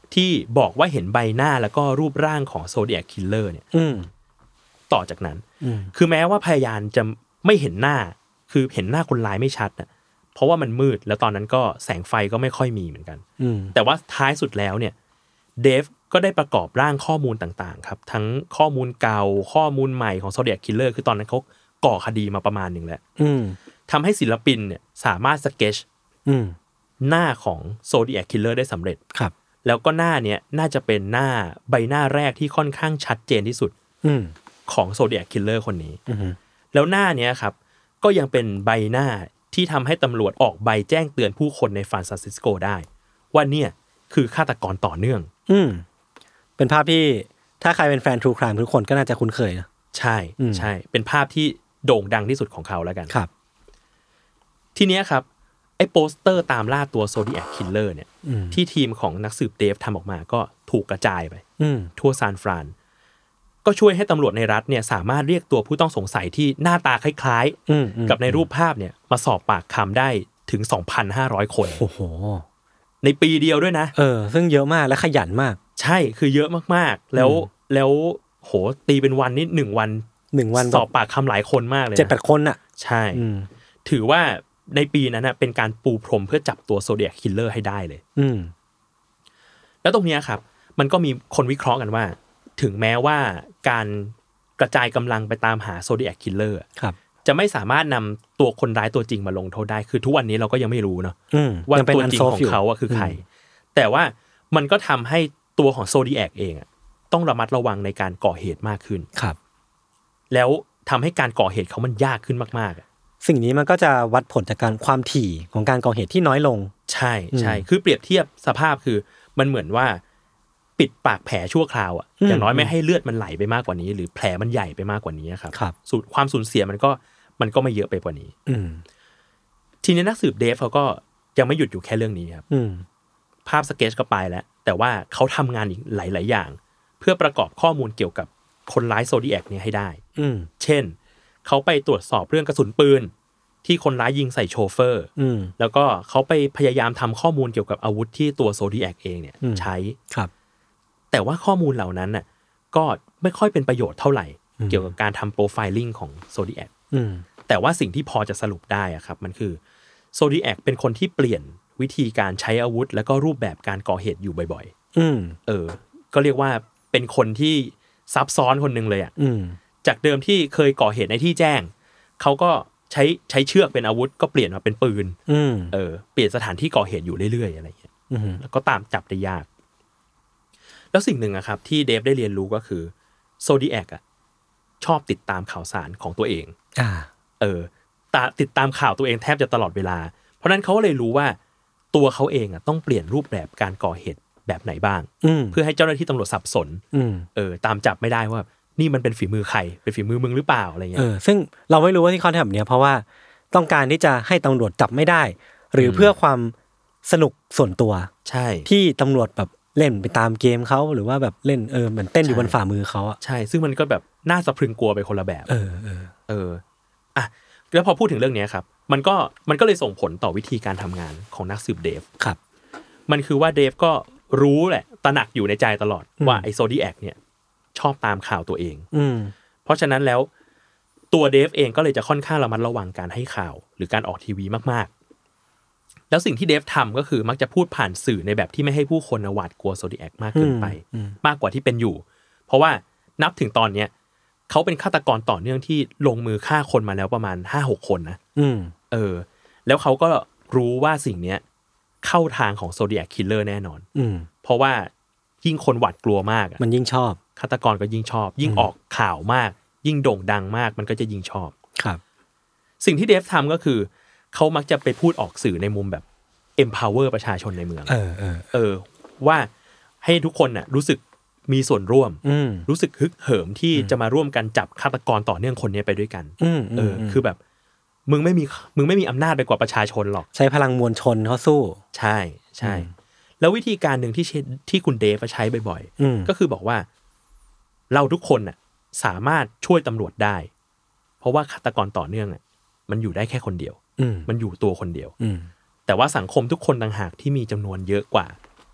ที่บอกว่าเห็นใบหน้าแล้วก็รูปร่างของ Zodiac Killer เนี่ยต่อจากนั้นคือแม้ว่าพยายามจะไม่เห็นหน้าคือเห็นหน้าคนร้ายไม่ชัดน่ะเพราะว่ามันมืดแล้วตอนนั้นก็แสงไฟก็ไม่ค่อยมีเหมือนกันแต่ว่าท้ายสุดแล้วเนี่ยเดฟก็ได้ประกอบร่างข้อมูลต่างๆครับทั้งข้อมูลเก่าข้อมูลใหม่ของ Zodiac Killer คือตอนนั้นเขาก่อคดีมาประมาณหนึ่งแล้วทำให้ศิลปินเนี่ยสามารถสเก็ตช์หน้าของ Zodiac Killer ได้สำเร็จครับแล้วก็หน้าเนี้ยน่าจะเป็นหน้าใบหน้าแรกที่ค่อนข้างชัดเจนที่สุดของ Zodiac Killer คนนี้แล้วหน้าเนี้ยครับก็ยังเป็นใบหน้าที่ทำให้ตำรวจออกใบแจ้งเตือนผู้คนในซานฟรานซิสโกได้ว่าเนี่ยคือฆาตกรต่อเนื่องอืมเป็นภาพที่ถ้าใครเป็นแฟน True Crime ทุกคนก็น่าจะคุ้นเคยนะใช่ใช่เป็นภาพที่โด่งดังที่สุดของเขาแล้วกันครับทีเนี้ยครับไอ้โปสเตอร์ตามล่าตัว Zodiac Killer เนี่ยที่ทีมของนักสืบเดฟทำออกมาก็ถูกกระจายไปทั่วซานฟรานก็ช่วยให้ตำรวจในรัฐเนี่ยสามารถเรียกตัวผู้ต้องสงสัยที่หน้าตาคล้ายๆกับในรูปภาพเนี่ยมาสอบปากคำได้ถึง สองพันห้าร้อย คนโอ้โหในปีเดียวด้วยนะเออซึ่งเยอะมากและขยันมากใช่คือเยอะมากๆแล้วแล้วโหตีเป็นวันนี้หนึ่งวันหนึ่งวันสอบปากคำหลายคนมากเลยนะเจ็ดแปด คนน่ะใช่ถือว่าในปีนั้นน่ะเป็นการปูพรมเพื่อจับตัว Zodiac Killer ให้ได้เลยอืมแล้วตรงเนี้ยครับมันก็มีคนวิเคราะห์กันว่าถึงแม้ว่าการกระจายกำลังไปตามหา Zodiac Killer ครับจะไม่สามารถนำตัวคนร้ายตัวจริงมาลงโทษได้คือทุกวันนี้เราก็ยังไม่รู้เนาะว่าตัวจริงของเขาอ่ะคือใครแต่ว่ามันก็ทำให้ตัวของ Zodiac เองอ่ะต้องระมัดระวังในการก่อเหตุมากขึ้นครับแล้วทำให้การก่อเหตุเขามันยากขึ้นมากๆอ่ะสิ่งนี้มันก็จะวัดผลจากการความถี่ของการก่อเหตุที่น้อยลงใช่ใช่คือเปรียบเทียบสภาพคือมันเหมือนว่าปิดปากแผลชั่วคราวอ่ะอย่างน้อยไม่ให้เลือดมันไหลไปมากกว่านี้หรือแผลมันใหญ่ไปมากกว่านี้ครับสูญความสูญเสียมันก็มันก็ไม่เยอะไปกว่านี้ทีนี้นักสืบเดฟเขาก็ยังไม่หยุดอยู่แค่เรื่องนี้ครับภาพสเก็ตช์ก็ไปแล้วแต่ว่าเขาทำงานอีกหลายๆอย่างเพื่อประกอบข้อมูลเกี่ยวกับคนร้ายโซดิแอคเนี่ยให้ได้เช่นเขาไปตรวจสอบเรื่องกระสุนปืนที่คนร้ายยิงใส่โชเฟอร์แล้วก็เขาไปพยายามทำข้อมูลเกี่ยวกับอาวุธที่ตัวโซดิแอคเองเนี่ยใช้ครับแต่ว่าข้อมูลเหล่านั้นน่ะก็ไม่ค่อยเป็นประโยชน์เท่าไหร่เกี่ยวกับการทำโปรไฟลิ่งของโซดิแอคแต่ว่าสิ่งที่พอจะสรุปได้อะครับมันคือโซดิแอคเป็นคนที่เปลี่ยนวิธีการใช้อาวุธแล้วก็รูปแบบการก่อเหตุอยู่บ่อยๆเออก็เรียกว่าเป็นคนที่ซับซ้อนคนนึงเลยอ่ะจากเดิมที่เคยก่อเหตุในที่แจ้งเขาก็ใช้ใช้เชือกเป็นอาวุธก็เปลี่ยนมาเป็นปืนเออเปลี่ยนสถานที่ก่อเหตุอยู่เรื่อยๆอะไรอย่างเงี้ยแล้วก็ตามจับได้ยากแล้วสิ่งหนึ่งอะครับที่เดฟได้เรียนรู้ก็คือโซดิแอคอะชอบติดตามข่าวสารของตัวเองอ่าเออตาติดตามข่าวตัวเองแทบจะตลอดเวลาเพราะนั้นเขาก็เลยรู้ว่าตัวเขาเองอะต้องเปลี่ยนรูปแบบการก่อเหตุแบบไหนบ้างเพื่อให้เจ้าหน้าที่ตำรวจสับสนเออตามจับไม่ได้ว่านี่มันเป็นฝีมือใครเป็นฝีมือมึงหรือเปล่าอะไรเงี้ยเออซึ่งเราไม่รู้ว่าที่เขาทำแบบนี้เพราะว่าต้องการที่จะให้ตำรวจจับไม่ได้หรือเพื่อความสนุกส่วนตัวใช่ที่ตำรวจแบบเล่นไปตามเกมเขาหรือว่าแบบเล่นเออเหมือนเต้นอยู่บนฝ่ามือเขาอ่ะใช่ซึ่งมันก็แบบน่าสะพรึงกลัวไปคนละแบบเออเออเอออ่ะแล้วพอพูดถึงเรื่องนี้ครับมันก็มันก็เลยส่งผลต่อวิธีการทำงานของนักสืบเดฟครับมันคือว่าเดฟก็รู้แหละตระหนักอยู่ในใจตลอดว่าไอโซดิแอคเนี่ยชอบตามข่าวตัวเองเพราะฉะนั้นแล้วตัวเดฟเองก็เลยจะค่อนข้างระมัดระวังการให้ข่าวหรือการออกทีวีมากๆแล้วสิ่งที่เดฟทำก็คือมักจะพูดผ่านสื่อในแบบที่ไม่ให้ผู้คนหวาดกลัวโซดิแอคมากเกินไปมากกว่าที่เป็นอยู่เพราะว่านับถึงตอนเนี้ยเขาเป็นฆาตกรต่อเนื่องที่ลงมือฆ่าคนมาแล้วประมาณ ห้าหก คนนะเออแล้วเขาก็รู้ว่าสิ่งเนี้ยเข้าทางของ Zodiac Killer แน่นอนเพราะว่ายิ่งคนหวาดกลัวมากมันยิ่งชอบฆาตกรก็ยิ่งชอบยิ่งออกข่าวมากยิ่งโด่งดังมากมันก็จะยิ่งชอบครับสิ่งที่เดฟทำก็คือเขามักจะไปพูดออกสื่อในมุมแบบ empower ประชาชนในเมืองเออเออเออว่าให้ทุกคนน่ะรู้สึกมีส่วนร่วมรู้สึกฮึกเหิมที่จะมาร่วมกันจับฆาตกรต่อเนื่องคนนี้ไปด้วยกันเออคือแบบมึงไม่มีมึงไม่มีอำนาจไปกว่าประชาชนหรอกใช้พลังมวลชนเขาสู้ใช่ใช่แล้ววิธีการหนึ่งที่ที่คุณเดฟใช้บ่อยๆก็คือบอกว่าเราทุกคนน่ะสามารถช่วยตำรวจได้เพราะว่าฆาตกรต่อเนื่องอ่ะมันอยู่ได้แค่คนเดียวมันอยู่ตัวคนเดียวแต่ว่าสังคมทุกคนต่างหากที่มีจำนวนเยอะกว่า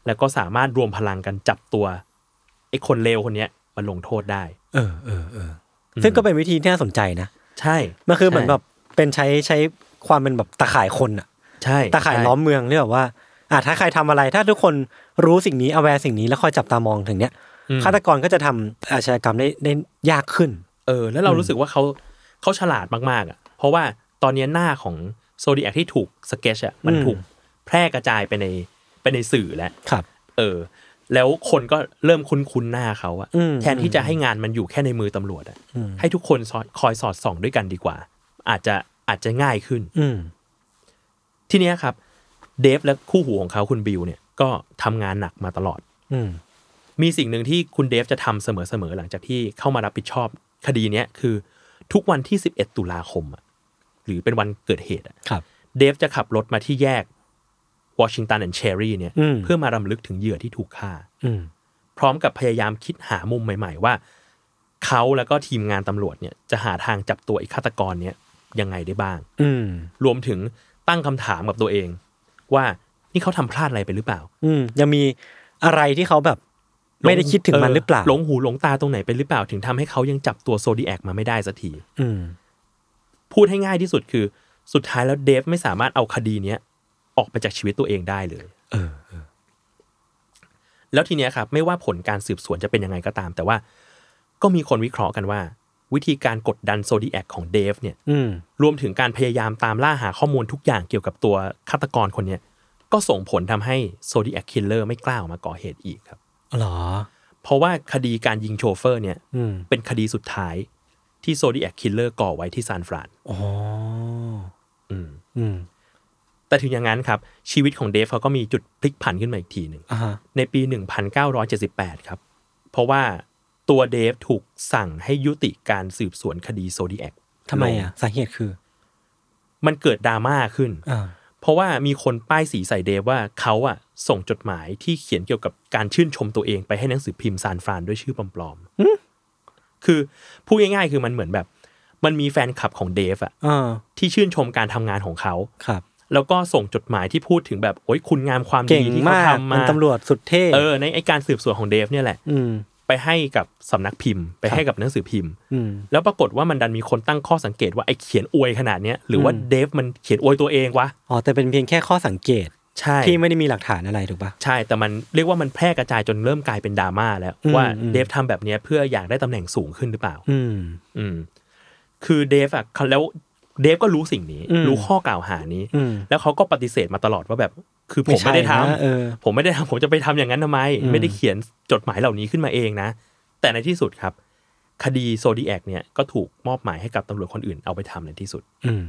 แล้วก็สามารถรวมพลังกันจับตัวไอ้คนเลวคนเนี้ยมาลงโทษได้เออเออเออซึ่งก็เป็นวิธีที่น่าสนใจนะใช่มันคือเหมือนแบบเป็นใช้ใช้ความเป็นแบบตะข่ายคนอ่ะใช่ตะข่ายล้อมเมืองที่แบบว่าอ่ะถ้าใครทำอะไรถ้าทุกคนรู้สิ่งนี้ aware สิ่งนี้แล้วคอยจับตามองถึงเนี้ยฆาตกรก็จะทำอาชญากรรมได้ได้ยากขึ้นเออแล้วเรารู้สึกว่าเขาเขาฉลาดมากๆอ่ะเพราะว่าตอนนี้หน้าของโซดิแอคที่ถูกสเก็ตช์อ่ะมันถูกแพร่กระจายไปในไปในสื่อแล้วครับเออแล้วคนก็เริ่มคุ้นๆหน้าเขาอ่ะแทนที่จะให้งานมันอยู่แค่ในมือตำรวจอ่ะให้ทุกคนคอยสอดส่องด้วยกันดีกว่าอาจจะอาจจะง่ายขึ้นทีเนี้ยครับเดฟและคู่หูของเขาคุณบิลเนี่ยก็ทำงานหนักมาตลอดมีสิ่งหนึ่งที่คุณเดฟจะทำเสมอๆหลังจากที่เข้ามารับผิดชอบคดีเนี้ยคือทุกวันที่สิบเอ็ดตุลาคมอ่ะหรือเป็นวันเกิดเหตุอ่ะเดฟจะขับรถมาที่แยกวอชิงตันแอนด์เชอรี่เนี่ยเพื่อมารำลึกถึงเหยื่อที่ถูกฆ่าพร้อมกับพยายามคิดหามุมใหม่ๆว่าเขาแล้วก็ทีมงานตำรวจเนี่ยจะหาทางจับตัวไอ้ฆาตกรเนี้ยยังไงได้บ้างรวมถึงตั้งคำถามกับตัวเองว่านี่เขาทำพลาดอะไรไปหรือเปล่ายังมีอะไรที่เขาแบบไม่ได้คิดถึงมันหรือเปล่าหลงหูหลงตาตรงไหนไปหรือเปล่าถึงทำให้เขายังจับตัวโซดิแอคมาไม่ได้สักทีพูดให้ง่ายที่สุดคือสุดท้ายแล้วเดฟไม่สามารถเอาคดีเนี้ยออกไปจากชีวิตตัวเองได้เลยเออแล้วทีเนี้ยครับไม่ว่าผลการสืบสวนจะเป็นยังไงก็ตามแต่ว่าก็มีคนวิเคราะห์กันว่าวิธีการกดดันโซดิแอคของเดฟเนี่ยรวมถึงการพยายามตามล่าหาข้อมูลทุกอย่างเกี่ยวกับตัวฆาตกรคนเนี้ยก็ส่งผลทำให้โซดิแอคคิลเลอร์ไม่กล้าออกมาก่อเหตุอีกครับหรอเพราะว่าคดีการยิงโชเฟอร์เนี่ยเป็นคดีสุดท้ายที่โซดิแอคคิลเลอร์ก่อไว้ที่ซานฟรานอ๋ออืมอืมแต่ถึงอย่างนั้นครับชีวิตของเดฟเขาก็มีจุดพลิกผันขึ้นมาอีกทีหนึ่ง uh-huh. ในปีหนึ่งพันเก้าร้อยเจ็ดสิบแปดครับเพราะว่าตัวเดฟถูกสั่งให้ยุติการสืบสวนคดีโซดิแอคทำไมอ่ะสาเหตุคือมันเกิดดราม่าขึ้น uh. เพราะว่ามีคนป้ายสีใส่เดฟว่าเขาอ่ะส่งจดหมายที่เขียนเกี่ยวกับการชื่นชมตัวเองไปให้หนังสือพิมพ์ซานฟรานด้วยชื่อปลอมๆคือพูดง่ายๆคือมันเหมือนแบบมันมีแฟนคลับของเดฟอ่ะ uh. ที่ชื่นชมการทำงานของเขาครับแล้วก็ส่งจดหมายที่พูดถึงแบบโอ๊ยคุณงามความดีที่เขาทำมาเป็นตำรวจสุดเท่เออในไอการสืบสวนของเดฟเนี่ยแหละไปให้กับสำนักพิมพ์ไปให้กับหนังสือพิมพ์แล้วปรากฏว่ามันดันมีคนตั้งข้อสังเกตว่าไอเขียนอวยขนาดเนี้ยหรือว่าเดฟมันเขียนอวยตัวเองวะอ๋อแต่เป็นเพียงแค่ข้อสังเกตใช่ที่ไม่ได้มีหลักฐานอะไรถูกปะใช่แต่มันเรียกว่ามันแพร่กระจายจนเริ่มกลายเป็นดราม่าแล้วว่าเดฟทำแบบนี้เพื่ออยากได้ตำแหน่งสูงขึ้นหรือเปล่าอืมอืมคือเดฟอะแล้วเดฟก็รู้สิ่งนี้รู้ข้อกล่าวหานี้แล้วเขาก็ปฏิเสธมาตลอดว่าแบบคือผมไม่ได้ทำผมไม่ได้ทำผมจะไปทำอย่างนั้นทำไมไม่ได้เขียนจดหมายเหล่านี้ขึ้นมาเองนะแต่ในที่สุดครับคดีโซดิแอคเนี่ยก็ถูกมอบหมายให้กับตำรวจคนอื่นเอาไปทำในที่สุด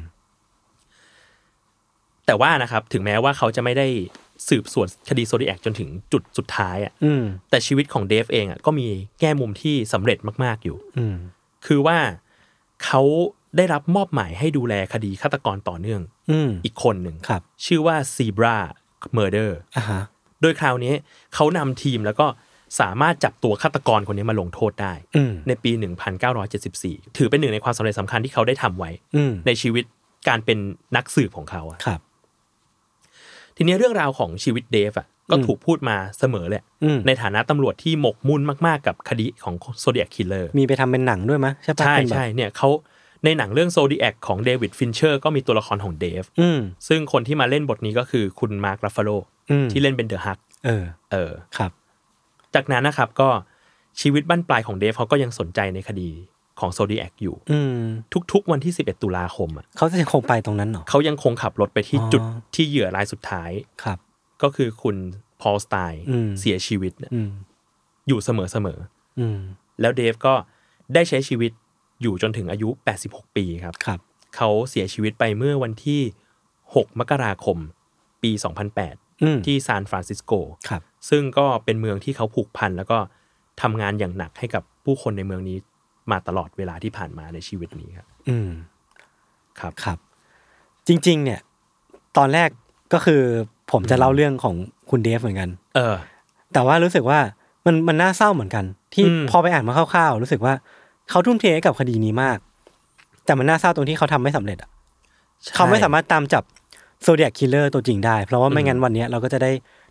แต่ว่านะครับถึงแม้ว่าเขาจะไม่ได้สืบสวนคดีโซดิแอคจนถึงจุดสุดท้ายอ่ะแต่ชีวิตของเดฟเองอ่ะก็มีแง่มุมที่สำเร็จมากๆอยู่คือว่าเขาได้รับมอบหมายให้ดูแลคดีฆาตกรต่อเนื่องอีกคนหนึ่งชื่อว่า Zebra Murder โดยคราวนี้เขานำทีมแล้วก็สามารถจับตัวฆาตกรคนนี้มาลงโทษได้ในปีหนึ่งพันเก้าร้อยเจ็ดสิบสี่ถือเป็นหนึ่งในความสำเร็จสำคัญที่เขาได้ทำไว้ในชีวิตการเป็นนักสืบของเขาครับทีนี้เรื่องราวของชีวิตเดฟอ่ะก็ถูกพูดมาเสมอแหละในฐานะตำรวจที่หมกมุ่นมากๆกับคดีของโซดิแอคคิลเลอร์มีไปทำเป็นหนังด้วยมั้ยใช่ปะใช่ใช่เนี่ยเขาในหนังเรื่องโซดิแอคของเดวิดฟินเชอร์ก็มีตัวละครของเดฟซึ่งคนที่มาเล่นบทนี้ก็คือคุณมาร์ค รัฟฟาโลที่เล่นเป็นเดอะฮักเออเออครับจากนั้นนะครับก็ชีวิตบั้นปลายของเดฟเขาก็ยังสนใจในคดีของโซดิแอคอยู่ทุกๆวันที่สิบเอ็ดตุลาคมอ่ะเขาจะยังคงไปตรงนั้นเหรอเขายังคงขับรถไปที่จุดที่เหยื่อรายสุดท้ายครับก็คือคุณพอลสไตน์เสียชีวิตอยู่เสมอๆแล้วเดฟก็ได้ใช้ชีวิตอยู่จนถึงอายุแปดสิบหกปีครับครับเขาเสียชีวิตไปเมื่อวันที่หกมกราคมปีสองพันแปดที่ซานฟรานซิสโกครับซึ่งก็เป็นเมืองที่เขาผูกพันแล้วก็ทำงานอย่างหนักให้กับผู้คนในเมืองนี้มาตลอดเวลาที่ผ่านมาในชีวิตนี้ครับอืมครับครับจริงๆเนี่ยตอนแรกก็คือผมจะเล่าเรื่องของคุณเดฟเหมือนกันเออแต่ว่ารู้สึกว่ามันมันน่าเศร้าเหมือนกันที่พอไปอ่านมาคร่าวๆรู้สึกว่าเขาทุ่มเทให้กับคดีนี้มากแต่มันน่าเศร้าตรงที่เขาทำไม่สำเร็จอ่ะเขาไม่สามารถตามจับโซเดียคิลเลอร์ตัวจริงได้เพราะว่าไม่งั้นวันนี้เราก็จะได้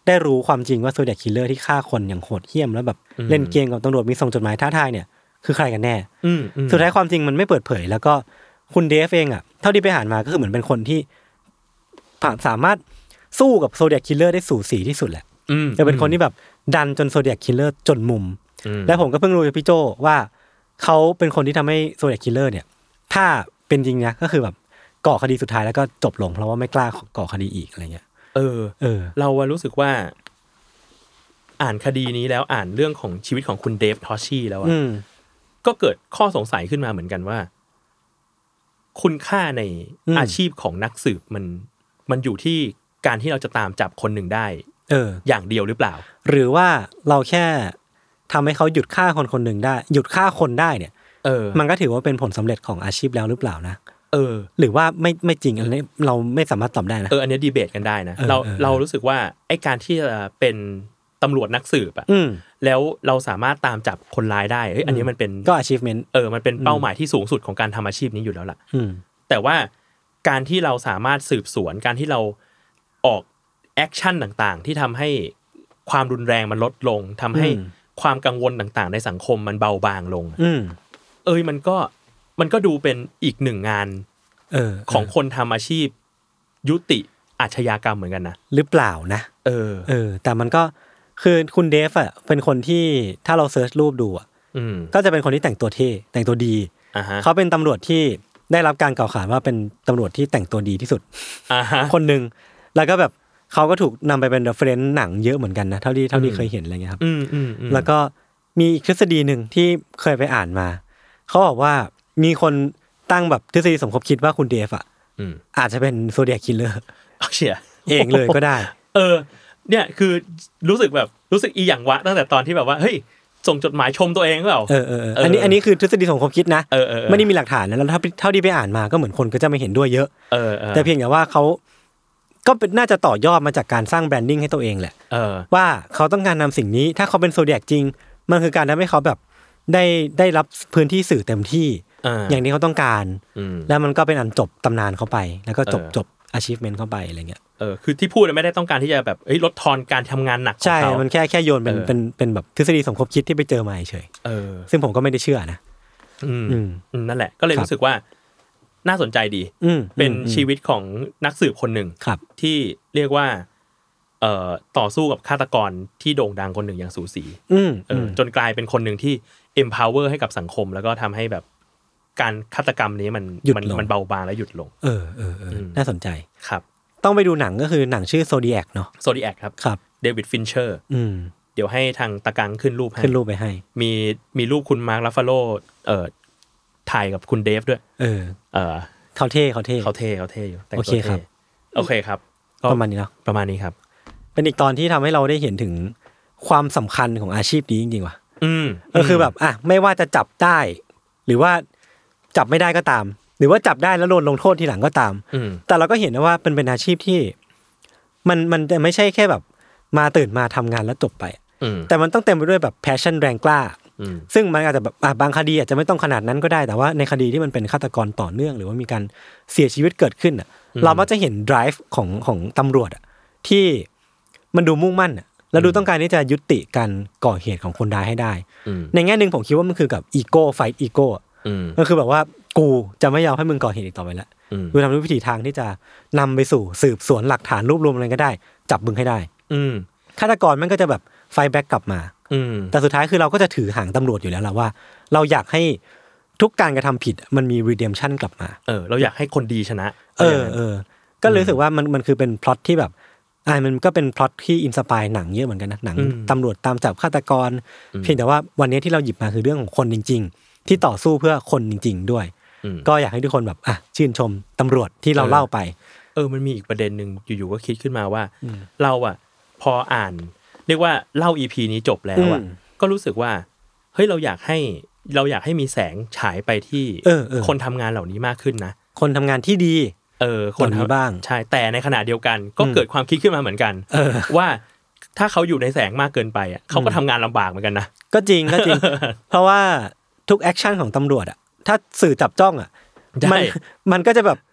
ได้รู้ความจริงว่าโซเดียกคิลเลอร์ที่ฆ่าคนอย่างโหดเหี้ยมแล้วแบบเล่นเกมกับตำรวจมีส่งจดหมายท้าทายเนี่ยคือใครกันแน่สุดท้ายความจริงมันไม่เปิดเผยแล้วก็คุณเดฟเองอ่ะเท่าที่ไปอ่านมาก็คือเหมือนเป็นคนที่สามารถสู้กับโซเดียกคิลเลอร์ได้สูสีที่สุดแหละจะเป็นคนที่แบบดันจนโซเดียกคิลเลอร์จนมุมและผมก็เพิ่งรู้จากพี่โจว่าเขาเป็นคนที่ทำให้โซเดียกคิลเลอร์เนี่ยถ้าเป็นจริงนะก็คือแบบก่อคดีสุดท้ายแล้วก็จบลงเพราะว่าไม่กล้าก่อคดีอีกอะไรเงี้ยเออเออเรารู้สึกว่าอ่านคดีนี้แล้วอ่านเรื่องของชีวิตของคุณเดฟทอชชี่แล้วอ่ะก็เกิดข้อสงสัยขึ้นมาเหมือนกันว่าคุณค่าในอาชีพของนักสืบมันมันอยู่ที่การที่เราจะตามจับคนหนึ่งได้เอออย่างเดียวหรือเปล่าหรือว่าเราแค่ทำให้เขาหยุดฆ่าคนคนหนึ่งได้หยุดฆ่าคนได้เนี่ยเออมันก็ถือว่าเป็นผลสำเร็จของอาชีพแล้วหรือเปล่านะเออหรือว่าไม่ไม่จริงอันนี้เราไม่สามารถตอบได้นะเอออันนี้ดีเบตกันได้นะเราเรารู้สึกว่าไอ้การที่จะเป็นตำรวจนักสืบอ่ะแล้วเราสามารถตามจับคนร้ายได้เฮ้ยอันนี้มันเป็นก็ achievement เออมันเป็นเป้าหมายที่สูงสุดของการทำอาชีพนี้อยู่แล้วล่ะแต่ว่าการที่เราสามารถสืบสวนการที่เราออกแอคชั่นต่างๆที่ทำให้ความรุนแรงมันลดลงทำให้ความกังวลต่างๆในสังคมมันเบาบางลงเอ้ยมันก็มันก็ดูเป็นอีกหนึ่งงานเออของคนทำอาชีพยุติอาชญากรรมเหมือนกันนะหรือเปล่านะเออเออแต่มันก็คือคุณเดฟอ่ะเป็นคนที่ถ้าเราเซิร์ชรูปดูอ่ะก็จะเป็นคนที่แต่งตัวเท่แต่งตัวดีเขาเป็นตำรวจที่ได้รับการกล่าวขานว่าเป็นตำรวจที่แต่งตัวดีที่สุดคนหนึ่งแล้วก็แบบเขาก็ถูกนำไปเป็น reference หนังเยอะเหมือนกันนะเท่าที่เท่าที่เคยเห็นอะไรเงี้ยครับแล้วก็มีอีกทฤษฎีหนึ่งที่เคยไปอ่านมาเขาบอกว่ามีคนตั้งแบบทฤษฎีสมคบคิดว่าคุณเดฟอ่ะอาจจะเป็นโซเดียกคิลเลอร์เชี่ยเองเลยก็ได้เออเนี่ยคือรู้สึกแบบรู้สึกอีหยังวะตั้งแต่ตอนที่แบบว่าเฮ้ยส่งจดหมายชมตัวเองหรือเปล่าเออเอออันนี้อันนี้คือทฤษฎีสมคบคิดนะไม่ได้มีหลักฐานนะแล้วถ้าเท่าที่ไปอ่านมาก็เหมือนคนก็จะไม่เห็นด้วยเยอะแต่เพียงแต่ว่าเขาก็เป็นน่าจะต่อยอดมาจากการสร้างแบรนดิ้งให้ตัวเองแหละว่าเขาต้องการนำสิ่งนี้ถ้าเขาเป็นโซเดียกจริงมันคือการทำให้เขาแบบได้ได้รับพื้นที่สื่อเต็มที่อย่างนี้เขาต้องการแล้วมันก็เป็นอันจบตำนานเขาไปแล้วก็จบจบ achievement เข้าไปอะไรเงี้ยเออคือที่พูดไม่ได้ต้องการที่จะแบบเอ้ยลดทอนการทำงานหนักของเขาใช่มันแค่แค่โยนเป็นเป็นเป็นแบบทฤษฎีสมคบคิดที่ไปเจอมาเฉยเออซึ่งผมก็ไม่ได้เชื่อนะอืมอืมนั่นแหละก็เลยรู้สึกว่าน่าสนใจดีเป็นชีวิตของนักสืบคนหนึ่งที่เรียกว่าเอ่อต่อสู้กับฆาตกรที่โด่งดังคนหนึ่งอย่างสูสีเออจนกลายเป็นคนหนึ่งที่ empower ให้กับสังคมแล้วก็ทำให้แบบการฆาตกรรมนี้มันมันมันเบาบางและหยุดลงเออเออเออน่าสนใจครับต้องไปดูหนังก็คือหนังชื่อ Zodiac เนาะ Zodiac ครับครับเดวิดฟินเชอร์อืมเดี๋ยวให้ทางตะกังขึ้นรูปให้ขึ้นรูปไปให้มีมีรูปคุณมาร์ค ลาฟาโลเอ่อถ่ายกับคุณเดฟด้วยเออเออเขาเท่เขาเท่เขาเท่เขาเท่อยู่โอเคครับโอเคครับประมาณนี้เนาะประมาณนี้ครับเป็นอีกตอนที่ทำให้เราได้เห็นถึงความสำคัญของอาชีพนี้จริงๆว่ะอืมก็คือแบบอ่ะไม่ว่าจะจับได้หรือว่าจับไม่ได้ก็ตามหรือว่าจับได้แล้วโดนลงโทษทีหลังก็ตามแต่เราก็เห็นนะว่าเป็นเป็นอาชีพที่มันมันจะไม่ใช่แค่แบบมาตื่นมาทำงานแล้วจบไปแต่มันต้องเต็มไปด้วยแบบแพชชั่นแรงกล้าซึ่งมันอาจจะแบบบางคดีอาจจะไม่ต้องขนาดนั้นก็ได้แต่ว่าในคดีที่มันเป็นฆาตกรต่อเนื่องหรือว่ามีการเสียชีวิตเกิดขึ้นอ่ะเรามักจะเห็น drive ของของตำรวจอ่ะที่มันดูมุ่งมั่นอ่ะแล้วดูต้องการที่จะยุติการก่อเหตุของคนร้ายให้ได้ในแง่นึงผมคิดว่ามันคือกับอีโก้ไฟท์อีโก้ก็คือแบบว่ากูจะไม่ยอมให้มึงก่อเหตุอีกต่อไปแล้วกูทำทุกวิถีทางที่จะนำไปสู่สืบสวนหลักฐานรวบรวมอะไรก็ได้จับมึงให้ได้ฆาตกรมันก็จะแบบไฟแบ็กกลับมาแต่สุดท้ายคือเราก็จะถือหางตำรวจอยู่แล้วล่ะว่าเราอยากให้ทุกการกระทำผิดมันมี redemption กลับมาเออเราอยากให้คนดีชนะเออเออก็รู้สึกว่ามันมันคือเป็นพล็อตที่แบบอ่ามันก็เป็นพล็อตที่อินสปายหนังเยอะเหมือนกันนะหนังตำรวจตามจับฆาตกรเพียงแต่ว่าวันนี้ที่เราหยิบมาคือเรื่องของคนจริงๆที่ต่อสู้เพื่อคนจริงๆด้วยก็อยากให้ทุกคนแบบอ่ะชื่นชมตำรวจที่เราเล่าไปเออมันมีอีกประเด็นนึงอยู่ๆก็คิดขึ้นมาว่าเราอ่ะพออ่านเรียกว่าเล่า อี พี นี้จบแล้วอ่ะก็รู้สึกว่าเฮ้ยเราอยากให้เราอยากให้มีแสงฉายไปที่คนทำงานเหล่านี้มากขึ้นนะคนทำงานที่ดีเออคนทำบ้างใช่แต่ในขณะเดียวกันก็เกิดความคิดขึ้นมาเหมือนกันว่าถ้าเขาอยู่ในแสงมากเกินไปอ่ะเขาก็ทำงานลำบากเหมือนกันนะก็จริงก็จริง เพราะว่าทุกแอคชั่นของตำรวจอ่ะถ้าสื่อจับจ้องอ่ะมันมันก็จะแบบเป็น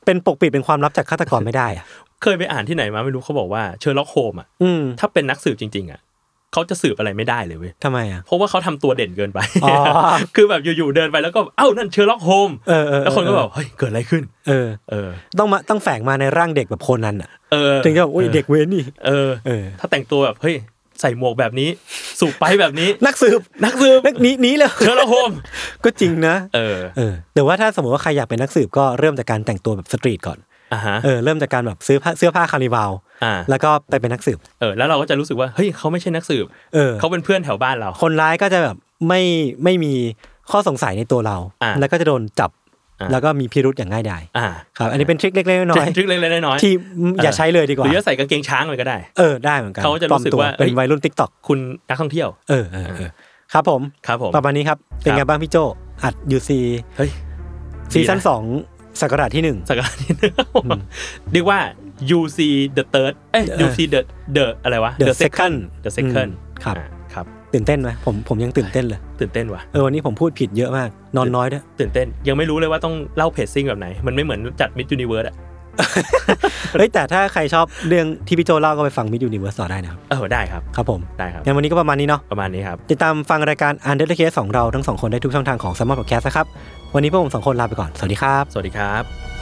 เป็นปกปิดเป็นความลับจากฆาตกรไม่ได้อ่ะเคยไปอ่านที่ไหนมาไม่รู้เขาบอกว่าเชอร์ล็อกโฮมอ่ะถ้าเป็นนักสืบจริงๆอ่ะเขาจะสืบอะไรไม่ได้เลยเว้ยทำไมอ่ะเพราะว่าเขาทำตัวเด่นเกินไปคือแบบอยู่ๆเดินไปแล้วก็เอ้านั่นเชอร์ล็อกโฮมแล้วคนก็แบบเฮ้ยเกิดอะไรขึ้นเออเออต้องมาต้องแฝงมาในร่างเด็กแบบโคนันอ่ะถึงจะแบบโอ้ยเด็กเว้นนี่เออเออถ้าแต่งตัวแบบเฮ้ยใส่หมวกแบบนี้สูบไปแบบนี้นักสืบนักสืบนักนี้นี้เลยเชอร์ล็อกโฮมก็จริงนะเออเออแต่ว่าถ้าสมมติว่าใครอยากเป็นนักสืบก็เริ่มจากการแต่งตัวแบบสตรีทก่อนเออเริ่มจากการแบบซื้อเสื้อผ้าคาร์นิวัลแล้วก็ไปเป็นนักสืบเออแล้วเราก็จะรู้สึกว่าเฮ้ยเขาไม่ใช่นักสืบเออเขาเป็นเพื่อนแถวบ้านเราคนร้ายก็จะแบบไม่ไม่มีข้อสงสัยในตัวเราแล้วก็จะโดนจับแล้วก็มีพิรุธอย่างง่ายดายครับอันนี้เป็นทริคเล็กๆน้อยๆทริคเล็กๆน้อยๆที่อย่าใช้เลยดีกว่าหรือจะใส่กางเกงช้างเลยก็ได้เออได้เหมือนกันเขาจะรู้สึกว่าเป็นวัยรุ่น TikTok คุณนักท่องเที่ยวเออๆครับผมครับผมประมาณนี้ครับเป็นไงบ้างพี่โจอัด ยู ซี เฮ้ยซีซั่นสองศักราชที่หนึ่งศักราชที่หนึ่งเรียกว่า ยู ซี the third เอ้ย ยู ซี the the อะไรวะ the second the second ครับครับตื่นเต้นไหมผมผมยังตื่นเต้นเลยตื่นเต้นว่ะเออวันนี้ผมพูดผิดเยอะมากนอนน้อยด้วยตื่นเต้นยังไม่รู้เลยว่าต้องเล่าเพจซิ่งแบบไหนมันไม่เหมือนจัด Miss Universe อ่ะเฮ้ยแต่ถ้าใครชอบเรื่องที่พี่โจเล่าก็ไปฟัง Miss Universe ต่อได้นะครับเออได้ครับครับผมได้ครับงั้นวันนี้ก็ประมาณนี้เนาะประมาณนี้ครับติดตามฟังรายการ Under the Case ของเราทั้งสองคนได้ทุกช่องทางของ Salmon Podcast นะครับวันนี้พวกผมสองคนลาไปก่อนสวัสดีครับสวัสดีครับ